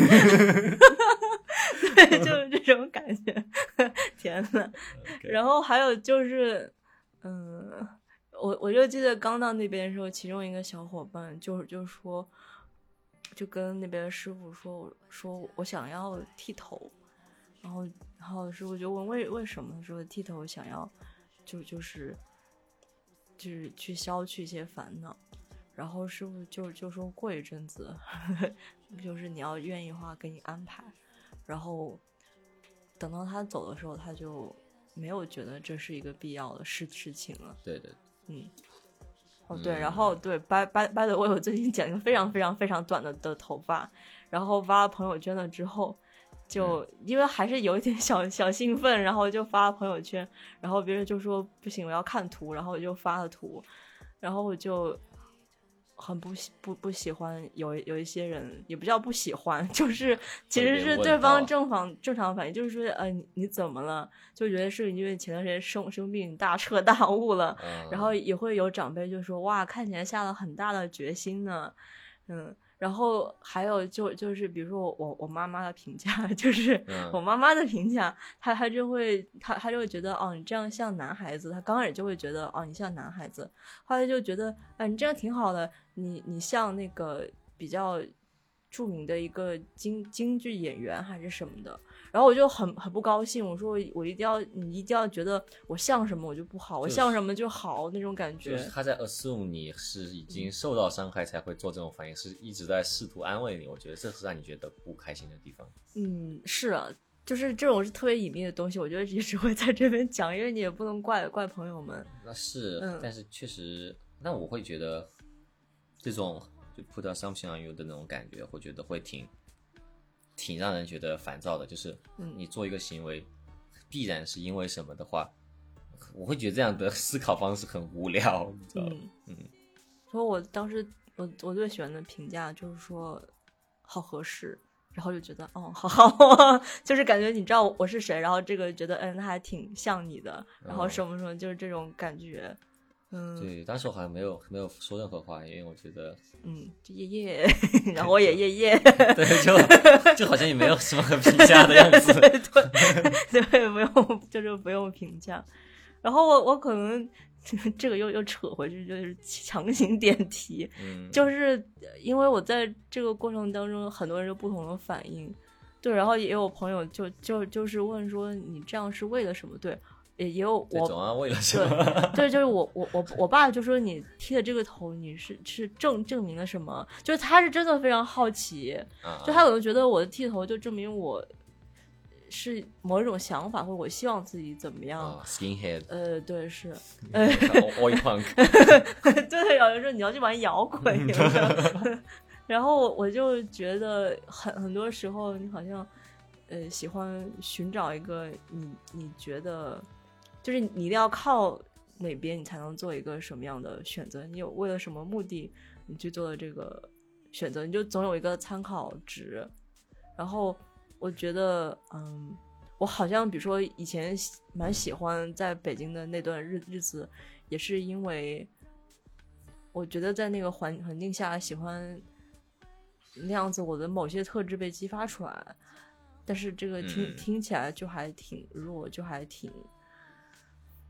对就是这种感觉天哪、okay. 然后还有就是嗯我我就记得刚到那边的时候，其中一个小伙伴就就说就跟那边的师傅说说我想要剃头，然后然后师傅就问为为什么，说剃头想要就就是就是去消去一些烦恼，然后师傅就就说过一阵子呵呵就是你要愿意的话给你安排，然后等到他走的时候他就没有觉得这是一个必要的事事情了。 对对， 嗯。哦对，然后对掰掰掰的，我有最近剪一个非常非常非常短的的头发，然后发了朋友圈了之后，就因为还是有一点小小兴奋，然后就发了朋友圈，然后别人就说不行我要看图，然后我就发了图，然后我就很不不不喜欢有有一些人，也不叫不喜欢，就是其实是对方正反正常反应，就是说呃你你怎么了，就觉得是因为前段时间生生病大彻大悟了、嗯、然后也会有长辈就说哇看起来下了很大的决心呢，嗯，然后还有就就是比如说我我妈妈的评价，就是我妈妈的评价，她她就会她她就会觉得哦你这样像男孩子，她刚开始就会觉得哦你像男孩子，后来就觉得啊你这样挺好的，你你像那个比较著名的一个京京剧演员还是什么的，然后我就很很不高兴，我说我一定要你一定要觉得我像什么我就不好，我像什么就好那种感觉。 就是他在 assume 你是已经受到伤害才会做这种反应，是一直在试图安慰你，我觉得这是让你觉得不开心的地方。 嗯，是啊，就是这种是特别隐秘的东西，我觉得也只会在这边讲，因为你也不能怪怪朋友们。 那是、嗯、但是确实，那我会觉得这种就 put assumption on you 的那种感觉，我觉得会挺挺让人觉得烦躁的，就是你做一个行为、嗯、必然是因为什么的话，我会觉得这样的思考方式很无聊，你知道吗？嗯， 所以我当时我我最喜欢的评价就是说好合适，然后就觉得哦好好就是感觉你知道我是谁，然后这个觉得嗯他还挺像你的，然后什么什么就是这种感觉。嗯， 对，当时我好像没有没有说任何话，因为我觉得， 嗯，就耶耶，然后我也耶耶， 对，就就好像也没有什么可评价的样子， 对对对，不用，就是不用评价。然后我我可能这个又又扯回去，就是强行点题， 嗯， 就是因为我在这个过程当中，很多人有不同的反应，对，然后也有朋友就就就是问说你这样是为了什么？对。也也有我总啊为了什么？ 对，对就是我我我我爸就说你剃的这个头你是是证证明了什么？就是他是真的非常好奇， 啊、 就他可能觉得我的剃头就证明我是某一种想法，或者我希望自己怎么样。 啊、skinhead。 呃，对，是。呃 ，oi punk。 对，有人说你要去玩摇滚，然后我就觉得很很多时候你好像呃喜欢寻找一个你你觉得。就是你一定要靠哪边你才能做一个什么样的选择，你有为了什么目的你去做的这个选择，你就总有一个参考值。然后我觉得嗯，我好像比如说以前蛮喜欢在北京的那段日日子，也是因为我觉得在那个环环境下喜欢那样子，我的某些特质被激发出来，但是这个听、嗯、听起来就还挺弱，就还挺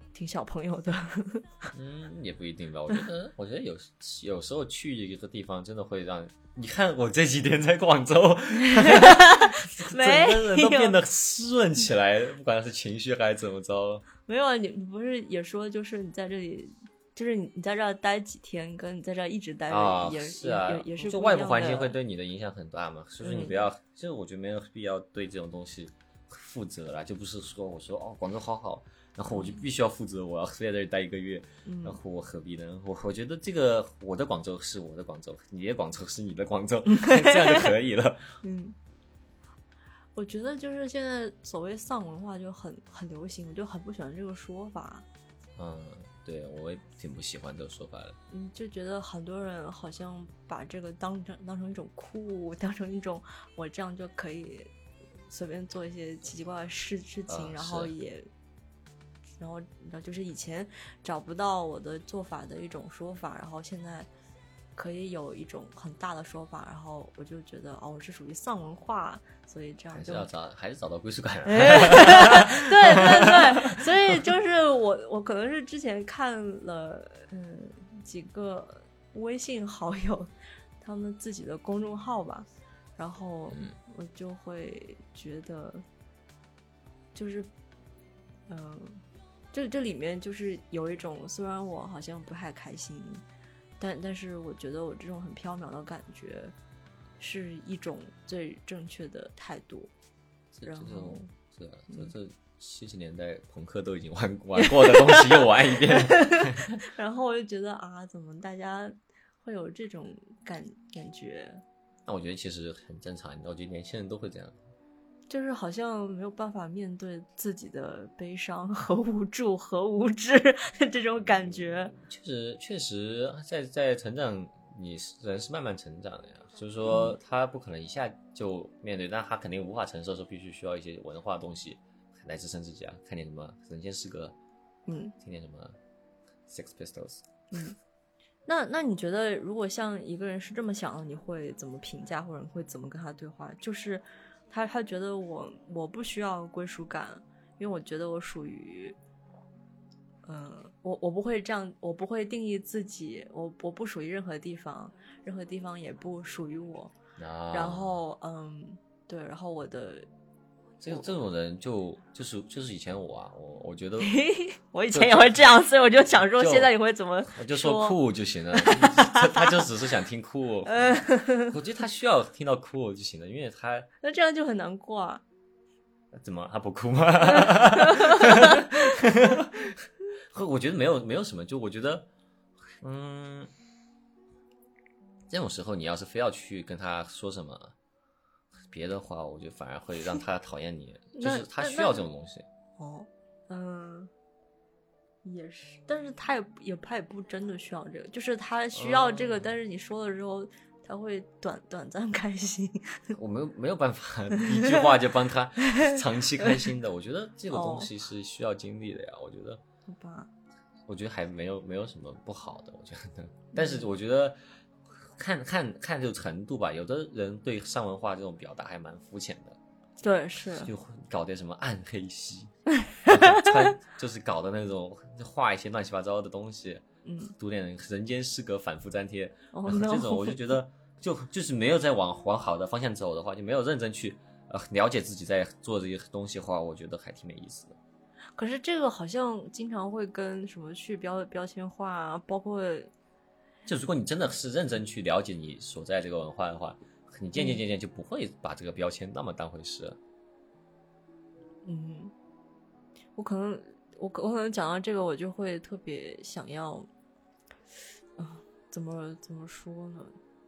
挺小朋友的。 嗯，也不一定吧。我觉得，我觉得有有时候去一个地方，真的会让你看我这几天在广州，整个人都变得湿润起来，不管是情绪还是怎么着。 没有啊，你你不是也说，就是你在这里，就是你你在这儿待几天，跟你在这儿一直待着也、 啊、是啊， 也也是就外部环境会对你的影响很大嘛。所以说你不要， 嗯、 就是我觉得没有必要对这种东西负责了，就不是说我说哦广州好好，然后我就必须要负责，我要非在这里待一个月， 嗯、 然后我何必呢？我我觉得这个我的广州是我的广州，你的广州是你的广州，这样就可以了。 嗯，我觉得就是现在所谓丧文化就很很流行，我就很不喜欢这个说法。 嗯，对，我也挺不喜欢这个说法的。 嗯，就觉得很多人好像把这个当成当成一种酷，当成一种我这样就可以随便做一些奇奇怪怪的事事情， 啊、 然后也，然后你知道，就是以前找不到我的做法的一种说法，然后现在可以有一种很大的说法，然后我就觉得哦，我是属于丧文化，所以这样就还是要找，还是找到归属感、啊。 对对对，所以就是我我可能是之前看了嗯几个微信好友他们自己的公众号吧，然后我就会觉得就是嗯、呃，这这里面就是有一种虽然我好像不太开心，但但是我觉得我这种很缥缈的感觉是一种最正确的态度。然后是啊，这这七十年代朋克都已经玩玩过的东西又玩一遍。 然后我就觉得啊，怎么大家会有这种感感觉？ 那我觉得其实很正常，我觉得年轻人都会这样， 就是好像没有办法面对自己的悲伤和无助和无知这种感觉。 确实，确实在在成长，你人是慢慢成长的呀。就是说，他不可能一下就面对，但他肯定无法承受，说必须需要一些文化的东西来支撑自己啊。看点什么人间失格， 嗯， 听点什么 Sex Pistols， 嗯。那那你觉得，如果像一个人是这么想的，你会怎么评价，或者会怎么跟他对话？就是他他觉得我我不需要归属感，因为我觉得我属于，嗯、呃，我我不会这样，我不会定义自己，我我不属于任何地方，任何地方也不属于我。 啊、 然后嗯，对，然后我的这这种人就就是就是以前我啊，我我觉得我以前也会这样，所以我就想说，现在你会怎么说？ 我就说酷就行了，他, 他就只是想听酷，我觉得他需要听到酷就行了，因为他那这样就很难过啊。 怎么他不酷吗？我觉得没有没有什么，就我觉得，嗯，这种时候你要是非要去跟他说什么别的话，我觉得反而会让他讨厌你，就是他需要这种东西。 哦，嗯，也是，但是他也也他也不真的需要这个，就是他需要这个，嗯、但是你说了之后，他会短短暂开心。 我没有没有办法一句话就帮他长期开心的，我觉得这个东西是需要经历的呀。我觉得， 好吧， 我觉得还没有没有什么不好的，我觉得，但是我觉得。看看看这个程度吧，有的人对上文化这种表达还蛮肤浅的， 对，是就搞点什么暗黑系，就是搞的那种画一些乱七八糟的东西， 嗯， 读点人间失格反复粘贴， 哦、 然后这种我就觉得就就是没有在往往好的方向走的话，就没有认真去呃了解自己在做这些东西的话，我觉得还挺没意思的。 可是这个好像经常会跟什么去标标签化啊，包括。 就如果你真的是认真去了解你所在这个文化的话，你渐渐渐渐就不会把这个标签那么当回事。 嗯，我可能我我可能讲到这个，我就会特别想要，啊、呃，怎么怎么说呢？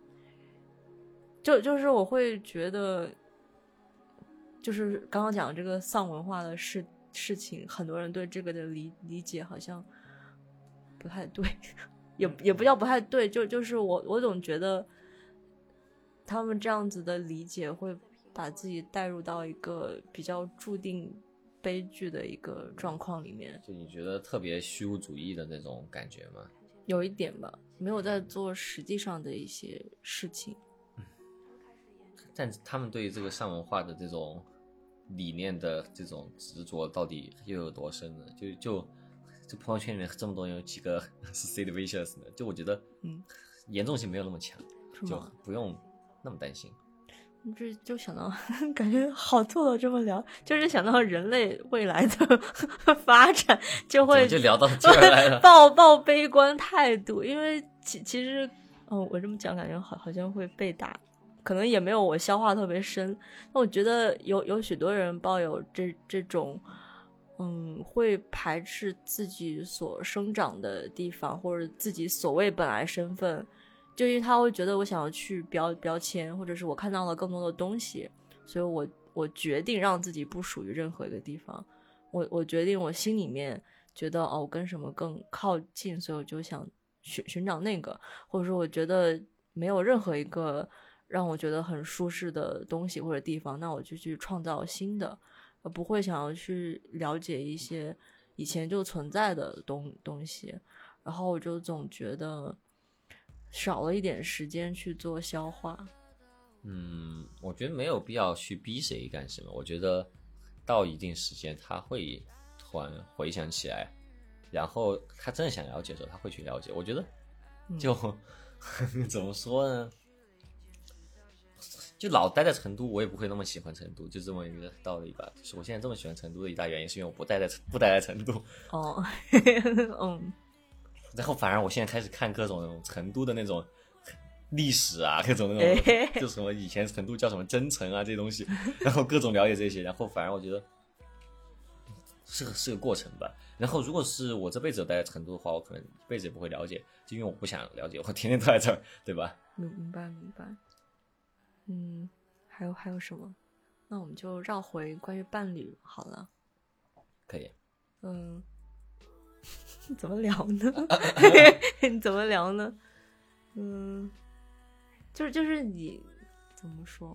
就就是我会觉得，就是刚刚讲这个丧文化的事事情，很多人对这个的理理解好像不太对。也也不叫不太对，就就是我我总觉得他们这样子的理解会把自己带入到一个比较注定悲剧的一个状况里面。 就你觉得特别虚无主义的那种感觉吗？ 有一点吧，没有在做实际上的一些事情。 嗯，但他们对于这个上文化的这种理念的这种执着到底又有多深呢？就就这朋友圈里面这么多人，有几个是 Sid Vicious 的？就我觉得， 嗯， 严重性没有那么强，就不用那么担心。 这就想到，感觉好做到这么聊，就是想到人类未来的发展，就会就聊到这儿来了， 抱抱悲观态度。因为其其实，哦，我这么讲感觉好好像会被打，可能也没有我消化特别深。那我觉得有有许多人抱有这这种，嗯，会排斥自己所生长的地方，或者自己所谓本来身份。就因为他会觉得我想要去标标签，或者是我看到了更多的东西，所以我我决定让自己不属于任何一个地方。我我决定我心里面觉得哦，我跟什么更靠近，所以我就想寻寻找那个，或者说我觉得没有任何一个让我觉得很舒适的东西或者地方，那我就去创造新的，而不会想要去了解一些以前就存在的东东西。然后我就总觉得少了一点时间去做消化。 嗯，我觉得没有必要去逼谁干什么。我觉得到一定时间他会突然回想起来，然后他真的想了解的时候他会去了解。我觉得就、嗯、怎么说呢，就老待在成都我也不会那么喜欢成都，就这么一个道理吧。就是我现在这么喜欢成都的一大原因是因为我不待在不待在成都。 哦嗯， 然后反而我现在开始看各种那种成都的那种历史啊，各种那种就什么以前成都叫什么真城啊这些东西，然后各种了解这些，然后反而我觉得是个是个过程吧。然后如果是我这辈子有待在成都的话，我可能一辈子也不会了解，就因为我不想了解，我天天都在这儿，对吧？ 明明白明白。嗯，还有还有什么？那我们就绕回关于伴侣好了。 可以。 嗯。怎么聊呢？你怎么聊呢？嗯，就是就是你怎么说？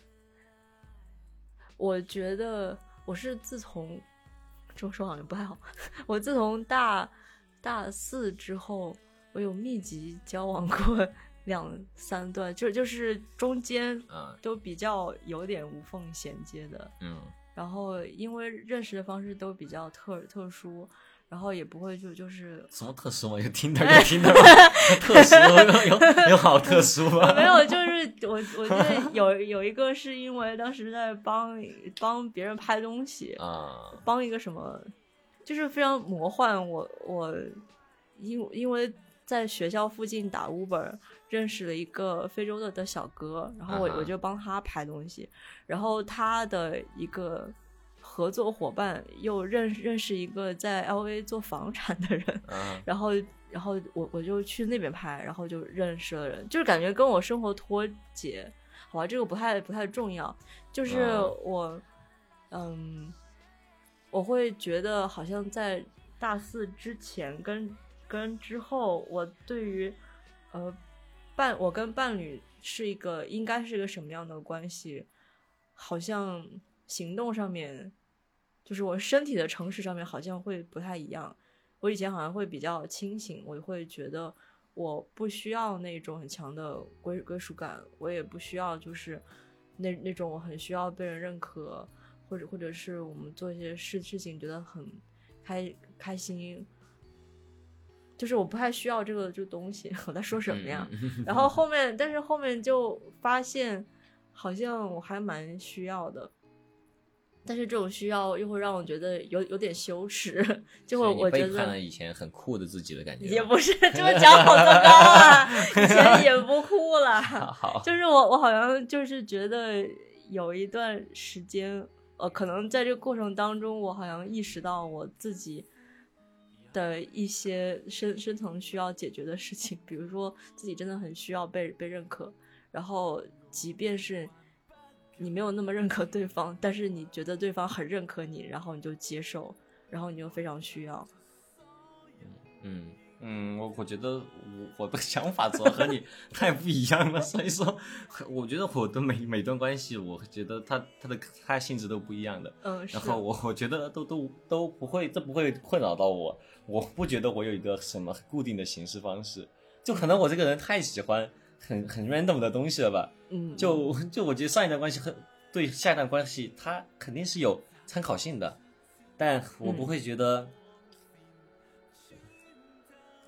我觉得我是自从这么说好像不太好。我自从大大四之后，我有密集交往过两三段，就就是中间都比较有点无缝衔接的。嗯，然后因为认识的方式都比较特特殊。然后也不会就就是什么特殊吗？有听的有听的吗？特殊有有好特殊吗？ 没有，就是我我觉得有有一个是因为当时在帮帮别人拍东西啊，帮一个什么，就是非常魔幻。我我因因为在学校附近打 Uber 认识了一个非洲的的小哥，然后我我就帮他拍东西，然后他的一个合作伙伴又认认识一个在 L A 做房产的人，uh-huh. 然后然后我我就去那边拍，然后就认识了人，就是感觉跟我生活脱节。好吧，这个不太不太重要，就是我、uh-huh. 嗯，我会觉得好像在大四之前跟跟之后，我对于呃伴我跟伴侣是一个应该是一个什么样的关系，好像行动上面，就是我身体的诚实上面好像会不太一样。我以前好像会比较清醒，我会觉得我不需要那种很强的归归属感，我也不需要就是那那种我很需要被人认可，或者或者是我们做一些事事情觉得很开开心，就是我不太需要这个这个东西。我在说什么呀？然后后面，但是后面就发现好像我还蛮需要的。但是这种需要又会让我觉得有有点羞耻，就会我觉得背叛了以前很酷的自己的感觉。 也不是这么讲好糟糕啊，以前也不酷了。 好， 就是我我好像就是觉得有一段时间，呃，可能在这个过程当中，我好像意识到我自己的一些深深层需要解决的事情，比如说自己真的很需要被被认可，然后即便是你没有那么认可对方，但是你觉得对方很认可你，然后你就接受，然后你又非常需要。 嗯嗯，我我觉得我我的想法主要和你太不一样了，所以说我觉得我的每每段关系，我觉得它它的它性质都不一样的。 嗯， 然后我我觉得都都都不会，这不会困扰到我。我不觉得我有一个什么固定的行事方式，就可能我这个人太喜欢很很 random 的东西了吧。 嗯， 就就我觉得上一段关系和对下一段关系，它肯定是有参考性的，但我不会觉得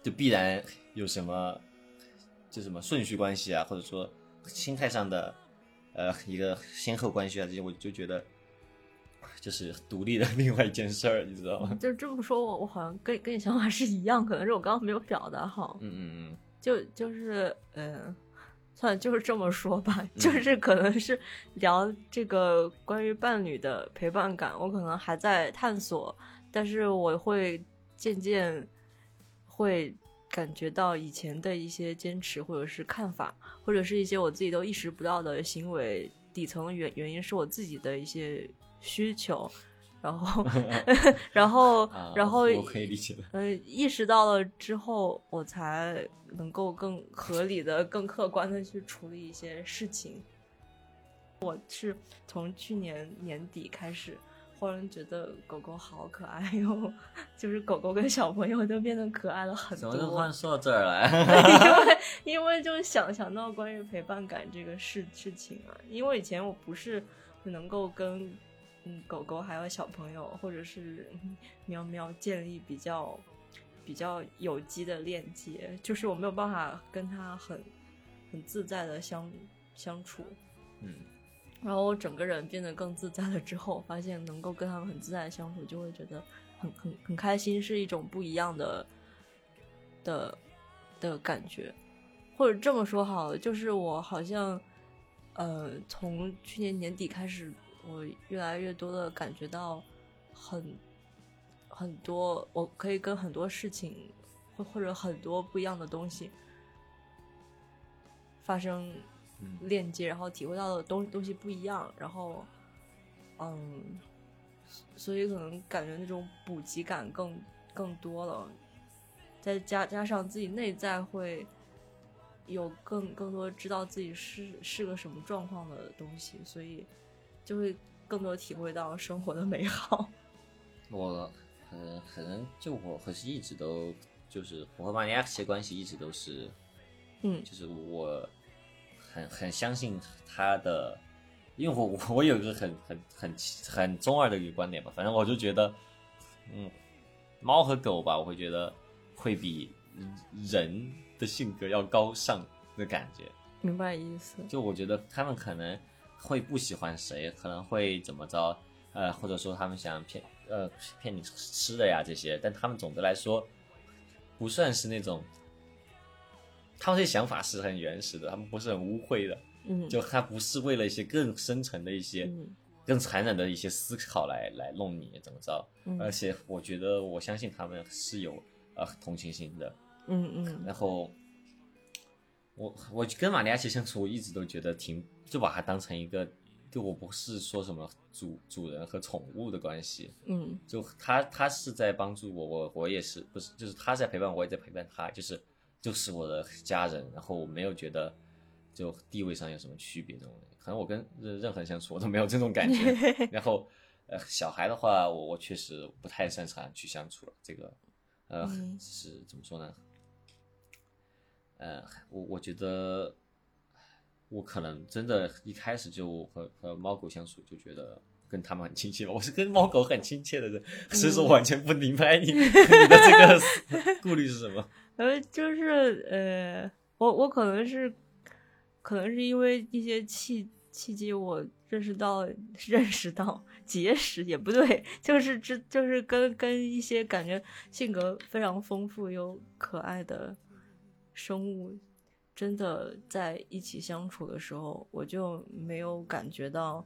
就必然有什么就什么顺序关系啊，或者说心态上的呃一个先后关系啊，这些我就觉得就是独立的另外一件事儿，你知道吗？ 就这么说我我好像跟跟你想法是一样，可能是我刚刚没有表达好。 嗯嗯嗯， 就就是呃，算了，就是这么说吧，嗯、就是可能是聊这个关于伴侣的陪伴感，我可能还在探索，但是我会渐渐会感觉到以前的一些坚持或者是看法，或者是一些我自己都意识不到的行为，底层原原因是我自己的一些需求。然后然后、啊、然后我可以理解了。 呃，意识到了之后，我才能够更合理的、更客观的去处理一些事情。我是从去年年底开始，忽然觉得狗狗好可爱哟，就是狗狗跟小朋友都变得可爱了很多。 怎么就突然说到这儿来？ 因为因为就想想到关于陪伴感这个事事情啊，因为以前我不是能够跟。嗯，狗狗还有小朋友或者是喵喵建立比较比较有机的链接，就是我没有办法跟它很很自在的相相处。 嗯， 然后我整个人变得更自在了之后，发现能够跟他们很自在的相处，就会觉得很很很开心，是一种不一样的的的感觉。或者这么说好了，就是我好像呃从去年年底开始，我越来越多的感觉到很很多，我可以跟很多事情或或者很多不一样的东西发生链接，然后体会到的东东西不一样，然后嗯，所以可能感觉那种补给感更更多了，再加加上自己内在会有更更多知道自己是是个什么状况的东西，所以就会更多体会到生活的美好。 我可能可能就我可是一直都就是我和马尼亚奇的关系一直都是， 嗯， 就是我很很相信他的，因为我我有一个很很很很中二的一个观点吧，反正我就觉得，嗯，猫和狗吧，我会觉得会比人的性格要高尚的感觉。 明白意思。 就我觉得他们可能会不喜欢谁，可能会怎么着，呃，或者说他们想骗呃骗你吃的呀这些，但他们总的来说不算是那种，他们这些想法是很原始的，他们不是很污秽的， 嗯， 就他不是为了一些更深层的一些、嗯、更残忍的一些思考来来弄你怎么着、嗯，而且我觉得我相信他们是有呃同情心的， 嗯嗯， 然后。我我跟马尼亚奇相处，我一直都觉得挺就把它当成一个，就我不是说什么主主人和宠物的关系， 嗯， 就他他是在帮助我，我我也是不是就是他在陪伴我，我也在陪伴他，就是就是我的家人，然后我没有觉得就地位上有什么区别这种，可能我跟任何人相处我都没有这种感觉。然后呃小孩的话，我我确实不太擅长去相处了，这个呃、嗯、是怎么说呢？呃，我我觉得我可能真的一开始就和和猫狗相处就觉得跟他们很亲切吧，我是跟猫狗很亲切的人，嗯、所以说完全不明白你你的这个顾虑是什么。 呃，就是呃，我我可能是可能是因为一些契契机，我认识到认识到结识也不对，就是这就是跟跟一些感觉性格非常丰富又可爱的生物真的在一起相处的时候，我就没有感觉到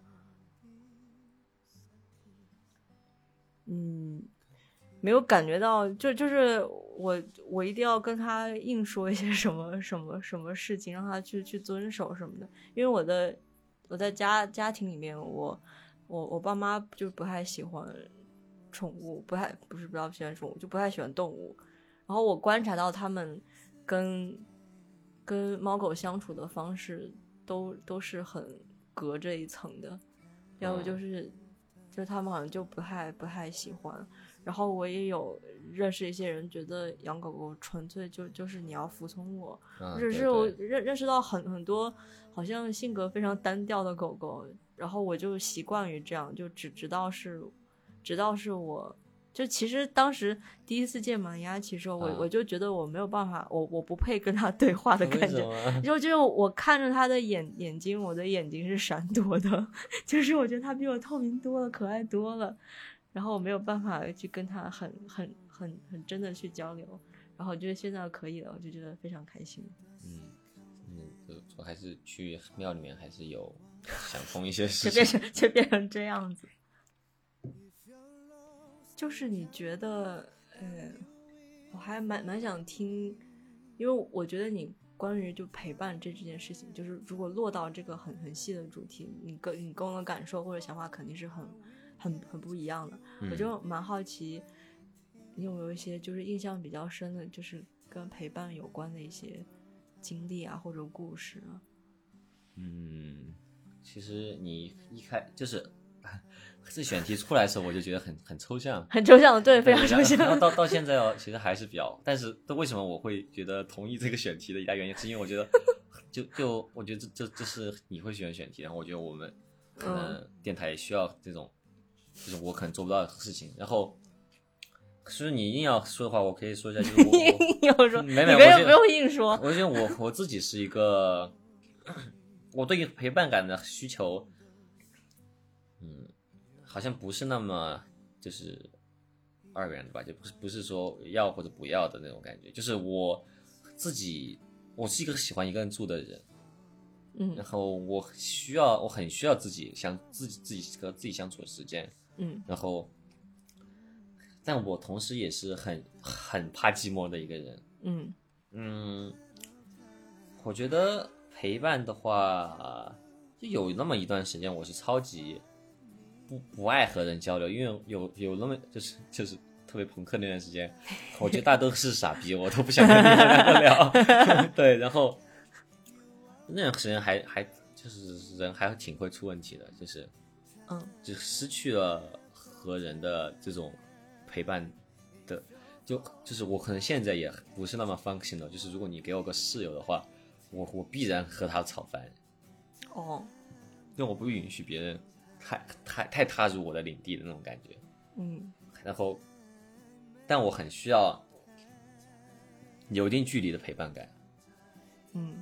嗯没有感觉到就就是我我一定要跟他硬说一些什么什么什么事情让他去去遵守什么的，因为我的我在家家庭里面我我我爸妈就不太喜欢宠物，不太不是不太喜欢宠物就不太喜欢动物，然后我观察到他们跟跟猫狗相处的方式都都是很隔着一层的，要不就是就是他们好像就不太不太喜欢。然后我也有认识一些人觉得养狗狗纯粹就就是你要服从我， 嗯、 或者是我认认识到很很多好像性格非常单调的狗狗，然后我就习惯于这样，就只直到是直到是我就其实当时第一次见马雅奇时候，我、 啊、 我就觉得我没有办法，我我不配跟他对话的感觉。就就是我看着他的眼眼睛，我的眼睛是闪躲的，就是我觉得他比我透明多了，可爱多了，然后我没有办法去跟他很很很很真的去交流。然后我觉得现在可以了，我就觉得非常开心。 嗯嗯，我还是去庙里面还是有想通一些事情， 就变成就变成这样子。就是你觉得，呃，我还蛮蛮想听，因为我觉得你关于就陪伴这这件事情，就是如果落到这个很很细的主题，你跟你跟我的感受或者想法肯定是很很很不一样的。 嗯、 我就蛮好奇，你有没有一些就是印象比较深的，就是跟陪伴有关的一些经历啊或者故事啊？ 嗯，其实你一开就是。这选题出来的时候，我就觉得很很抽象， 很抽象，对，非常抽象。 然后到到现在哦，其实还是比较，但是为什么我会觉得同意这个选题的一大原因，是因为我觉得，就就我觉得这这这是你会选选题，然后我觉得我们可能电台也需要这种，就是我可能做不到的事情。然后，可是你硬要说的话，我可以说一下，就是我硬要说， 没没， 不用不用硬说。 我觉得我我自己是一个，我对于陪伴感的需求。嗯，好像不是那么就是二元的吧，就不是不是说要或者不要的那种感觉。就是我自己，我是一个喜欢一个人住的人， 嗯， 然后我需要，我很需要自己相自己自己和自己相处的时间， 嗯， 然后，但我同时也是很很怕寂寞的一个人， 嗯嗯，我觉得陪伴的话，就有那么一段时间我是超级。不不爱和人交流，因为有有那么就是就是特别朋克那段时间，我觉得大家都是傻逼，我都不想跟你们聊。对，然后那段时间还还就是人还挺会出问题的，就是嗯， 就失去了和人的这种陪伴的，就就是我可能现在也不是那么 function 的，就是如果你给我个室友的话，我我必然和他吵翻。 哦， 因为我不允许别人。太太太踏入我的领地的那种感觉， 嗯， 然后，但我很需要有一定距离的陪伴感， 嗯，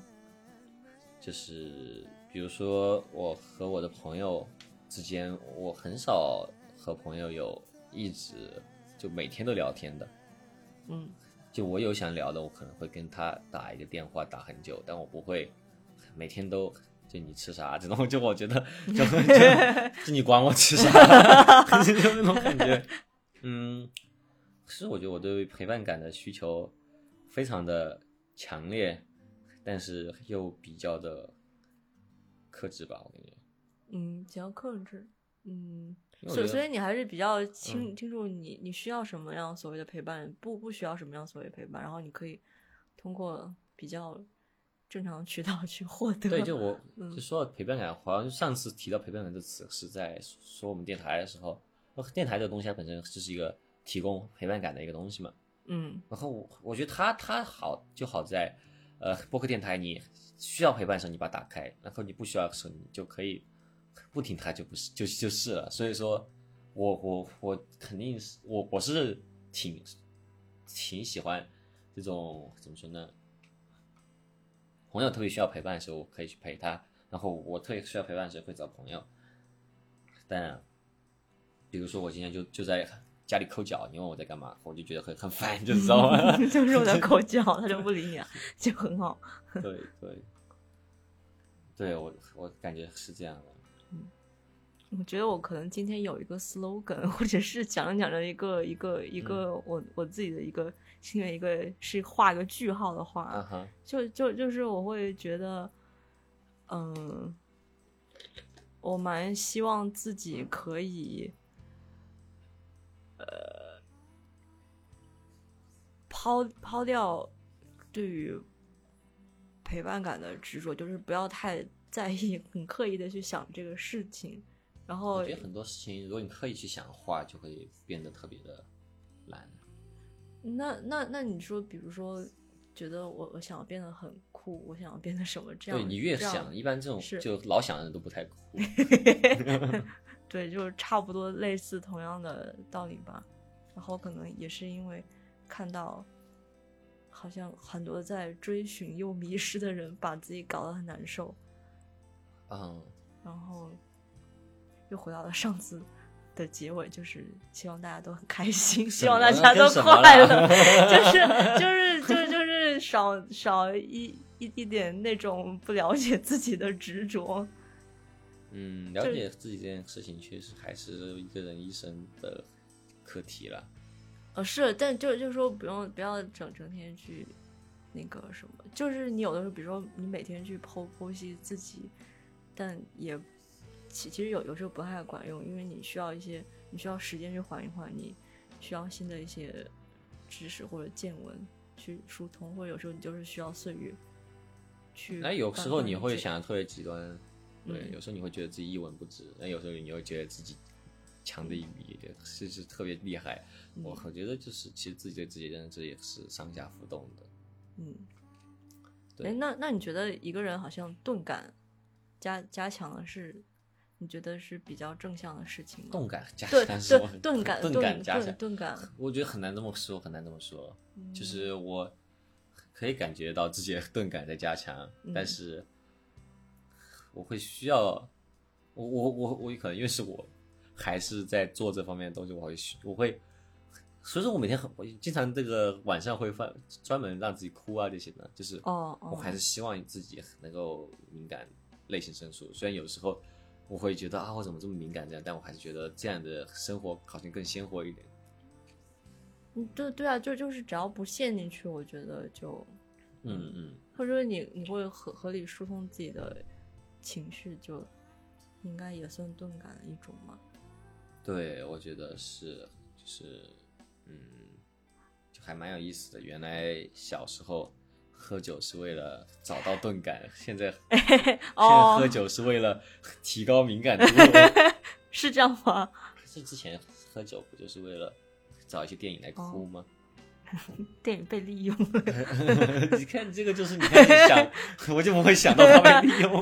就是比如说我和我的朋友之间，我很少和朋友有一直就每天都聊天的， 嗯，就我有想聊的，我可能会跟他打一个电话打很久，但我不会每天都。就你吃啥这种，就我觉得就就就你管我吃啥，就那种感觉。嗯，是我觉得我对陪伴感的需求非常的强烈，但是又比较的克制吧，我感觉。 嗯，比较克制。嗯，所以所以你还是比较清、嗯、清楚你你需要什么样所谓的陪伴，不不需要什么样所谓的陪伴，然后你可以通过比较。正常渠道去获得。 对，就我就说到陪伴感，好像上次提到陪伴感这词是在说我们电台的时候，电台这个东西它本身就是一个提供陪伴感的一个东西嘛。 嗯， 然后我我觉得它它好就好在，呃，播客电台你需要陪伴的时候你把它打开，然后你不需要的时候你就可以不听它就不是就就是了。所以说我我我肯定是我我是挺挺喜欢这种怎么说呢？朋友特别需要陪伴的时候，我可以去陪他；然后我特别需要陪伴的时候会找朋友。但比如说我今天就就在家里抠脚，你问我在干嘛，我就觉得很很烦，就知道吗？ 就是我在抠脚，他就不理你，就很好。 对对，对我我感觉是这样的。 嗯，我觉得我可能今天有一个 slogan， 或者是讲着讲着一个一个一个我、嗯、我自己的一个。因为一个是画个句号的话， uh-huh. 就就就是我会觉得，嗯，我蛮希望自己可以，呃，抛抛掉对于陪伴感的执着，就是不要太在意，很刻意的去想这个事情。然后我觉得很多事情，如果你刻意去想的话，就会变得特别的难。 那那那你说，比如说，觉得我我想要变得很酷，我想要变得什么这样？ 对，你越想，一般这种就老想的人都不太酷。 对，就是差不多类似同样的道理吧。 然后可能也是因为看到好像很多在追寻又迷失的人把自己搞得很难受， 嗯， 然后又回到了上次的结尾，就是希望大家都很开心，希望大家都快乐，就是就是就就是少少一一一点那种不了解自己的执着。 嗯，了解自己这件事情确实还是一个人一生的课题了。 呃，是，但就就是说不用不要整整天去那个什么，就是你有的时候，比如说你每天去剖剖析自己，但也其其实有有时候不太管用，因为你需要一些你需要时间去缓一缓，你需要新的一些知识或者见闻去疏通，或者有时候你就是需要岁月去。 那有时候你会想特别极端。对， 嗯， 有时候你会觉得自己一文不值，那有时候你会觉得自己强的一笔，是是特别厉害。 嗯、 我我觉得就是其实自己对自己认知也是上下浮动的。 嗯， 对。 那那你觉得一个人好像钝感加加强了是，你觉得是比较正向的事情吗？ 钝感加对强， 对钝感钝感加强， 钝感， 我觉得很难这么说，很难这么说。 嗯、 就是我可以感觉到自己的钝感在加强， 嗯、 但是。我会需要，我我我我可能因为是我还是在做这方面的东西，我会我会，所以说我每天很我经常这个晚上会放专门让自己哭啊这些的，就是哦， 我还是希望自己能够敏感内心深处，虽然有时候我会觉得啊我怎么这么敏感这样，但我还是觉得这样的生活好像更鲜活一点。 嗯，对对啊，就就是只要不陷进去，我觉得就嗯嗯， 或者说你你会合合理疏通自己的情绪，就应该也算钝感的一种嘛。 对，我觉得是，就是嗯，就还蛮有意思的。原来小时候喝酒是为了找到钝感，现在、 哎、 现在喝酒是为了提高敏感度。 是这样吗？ 可是之前喝酒不就是为了找一些电影来哭吗？ 哦、电影被利用了。 你看这个就是你开始想，我就不会想到他被利用。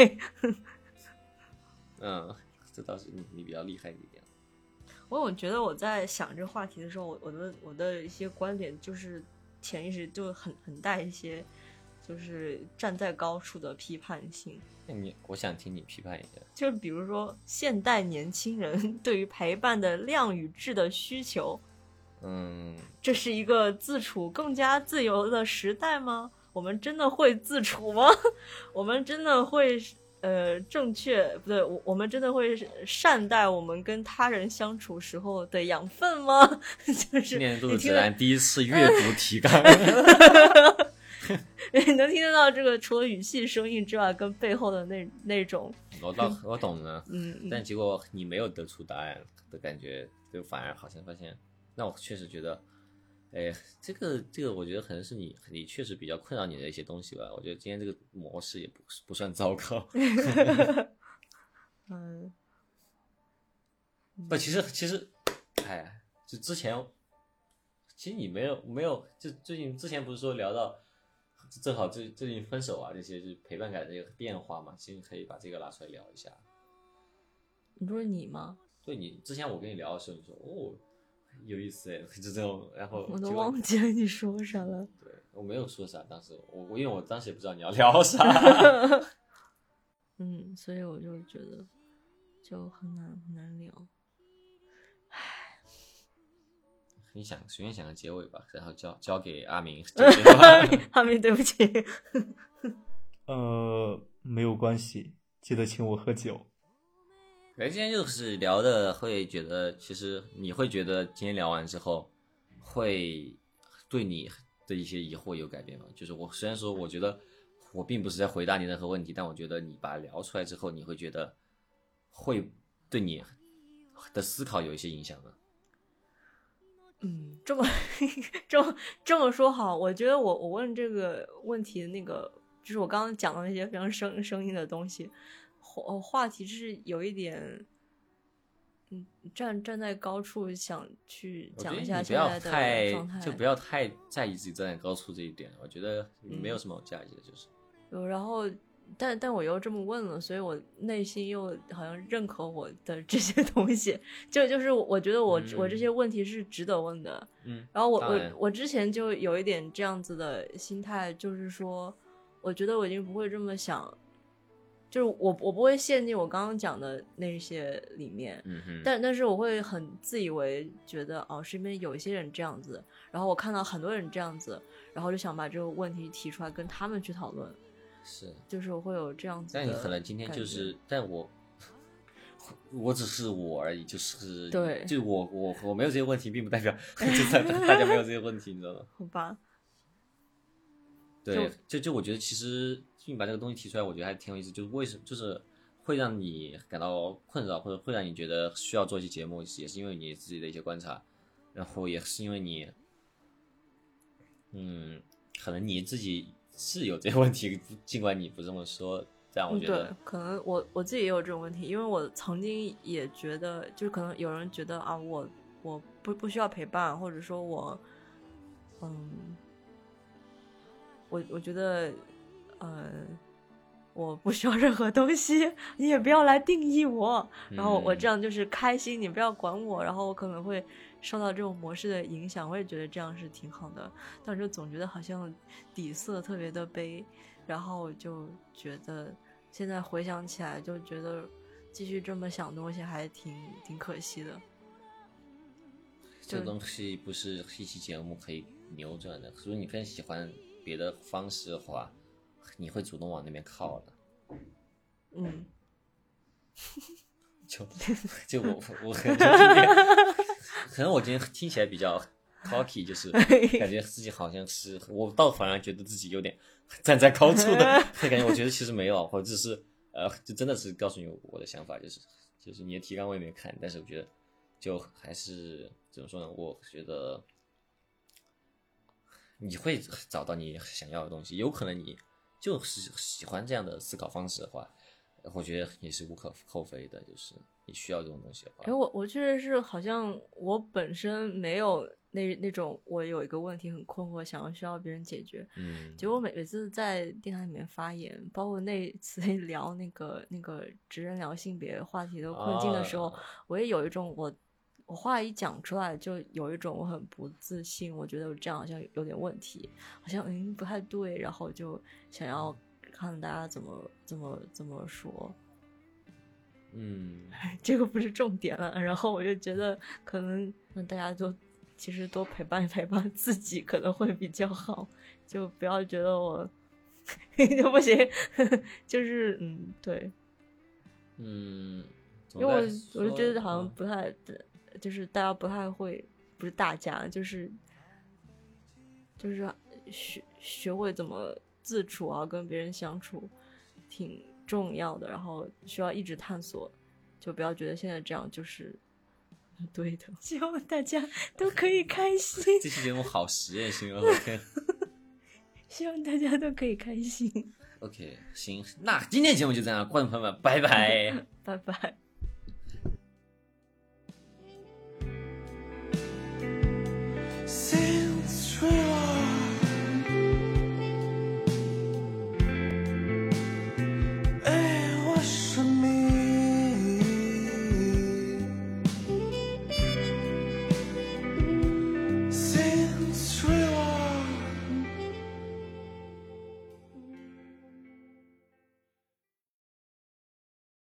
嗯，这倒是你你比较厉害一点。 我我觉得我在想这个话题的时候，我我的我的一些观点就是潜意识就很很带一些，就是站在高处的批判性。 那你我想听你批判一下， 就比如说现代年轻人对于陪伴的量与质的需求。 嗯， 这是一个自处更加自由的时代吗？我们真的会自处吗？我们真的会呃正确不对，我我们真的会善待我们跟他人相处时候的养分吗？就是年度指南第一次阅读提纲。 你能听得到这个除了语气声音之外跟背后的那那种我倒我懂了， 嗯， 但结果你没有得出答案的感觉，就反而好像发现，那我确实觉得哎，这个这个我觉得可能是你你确实比较困扰你的一些东西吧。我觉得今天这个模式也不不算糟糕。 嗯， 不，其实其实哎，就之前其实你没有没有就最近之前不是说聊到正好最最近分手啊这些就是陪伴感的这个变化嘛，其实可以把这个拿出来聊一下。 你说你吗？ 对，你之前我跟你聊的时候你说哦有意思哎，就这种，然后我都忘记了你说啥了。 对，我没有说啥，当时我我因为我当时也不知道你要聊啥。 嗯，所以我就觉得就很难很难聊。唉， 你想随便想个结尾吧，然后交交给阿明。 阿明，对不起。 呃，没有关系，记得请我喝酒。 哎，今天就是聊的，会觉得其实你会觉得今天聊完之后，会对你的一些疑惑有改变吗？就是我虽然说我觉得我并不是在回答你任何问题，但我觉得你把它聊出来之后，你会觉得会对你的思考有一些影响吗？ 嗯，这么这么这么说好，我觉得我我问这个问题的那个，就是我刚刚讲的那些非常生生硬的东西。话话题是有一点，嗯，站站在高处想去讲一下现在的状态， 就不要太在意自己站在高处这一点。我觉得没有什么好在意的，就是。 嗯、然后但但我又这么问了，所以我内心又好像认可我的这些东西，就就是我觉得我、嗯、我这些问题是值得问的。 嗯， 然后我我我之前就有一点这样子的心态，就是说，我觉得我已经不会这么想。就是我我不会陷进我刚刚讲的那些里面， 嗯哼， 但但是我会很自以为觉得哦，身边有一些人这样子，然后我看到很多人这样子，然后就想把这个问题提出来跟他们去讨论， 是， 就是我会有这样子的。 但你可能今天就是，但我我只是我而已，就是对， 就我我我没有这些问题，并不代表就大家没有这些问题，你知道吗？ 好吧。 对，就就我觉得其实你把这个东西提出来，我觉得还挺有意思。就是为什么，就是会让你感到困扰，或者会让你觉得需要做一期节目，也是因为你自己的一些观察，然后也是因为你，嗯，可能你自己是有这些问题，尽管你不这么说，这样我觉得， 对，可能我我自己也有这种问题，因为我曾经也觉得，就是可能有人觉得啊，我我不不需要陪伴，或者说我，嗯。我我觉得，呃，我不需要任何东西，你也不要来定义我。然后我这样就是开心，你不要管我。然后我可能会受到这种模式的影响，我也觉得这样是挺好的。但是总觉得好像底色特别的悲，然后就觉得现在回想起来，就觉得继续这么想东西还挺挺可惜的。 这个东西不是一期节目可以扭转的，如果你更喜欢别的方式的话，你会主动往那边靠的。 嗯， 就就我我可能今天，可能我今天听起来比较 cocky， 就是感觉自己好像是，我倒反而觉得自己有点站在高处的感觉。我觉得其实没有，或者是呃，就真的是告诉你我的想法，就是就是你的提纲我也没看，但是我觉得就还是怎么说呢？我觉得。你会找到你想要的东西，有可能你就是喜欢这样的思考方式的话，我觉得也是无可厚非的，就是你需要这种东西的话。 哎，我我确实是好像我本身没有那那种我有一个问题很困惑，想要需要别人解决。 嗯， 结果每每次在电台里面发言，包括那次聊那个那个直人聊性别话题的困境的时候， 啊、 我也有一种我。我话一讲出来，就有一种我很不自信，我觉得我这样好像有点问题，好像嗯不太对，然后就想要看大家怎么怎么怎么说。 嗯， 这个不是重点了。然后我就觉得，可能让大家都其实多陪伴陪伴自己，可能会比较好，就不要觉得我就不行，就是嗯对， 嗯， 因为我我就觉得好像不太。嗯就是大家不太会，不是大家，就是就是学学会怎么自处啊，跟别人相处挺重要的，然后需要一直探索，就不要觉得现在这样就是对的。希望大家都可以开心。 这期节目好实验性哦 ，OK。 希望大家都可以开心。 OK， 行，那今天节目就这样，观众朋友们，拜拜， 拜拜。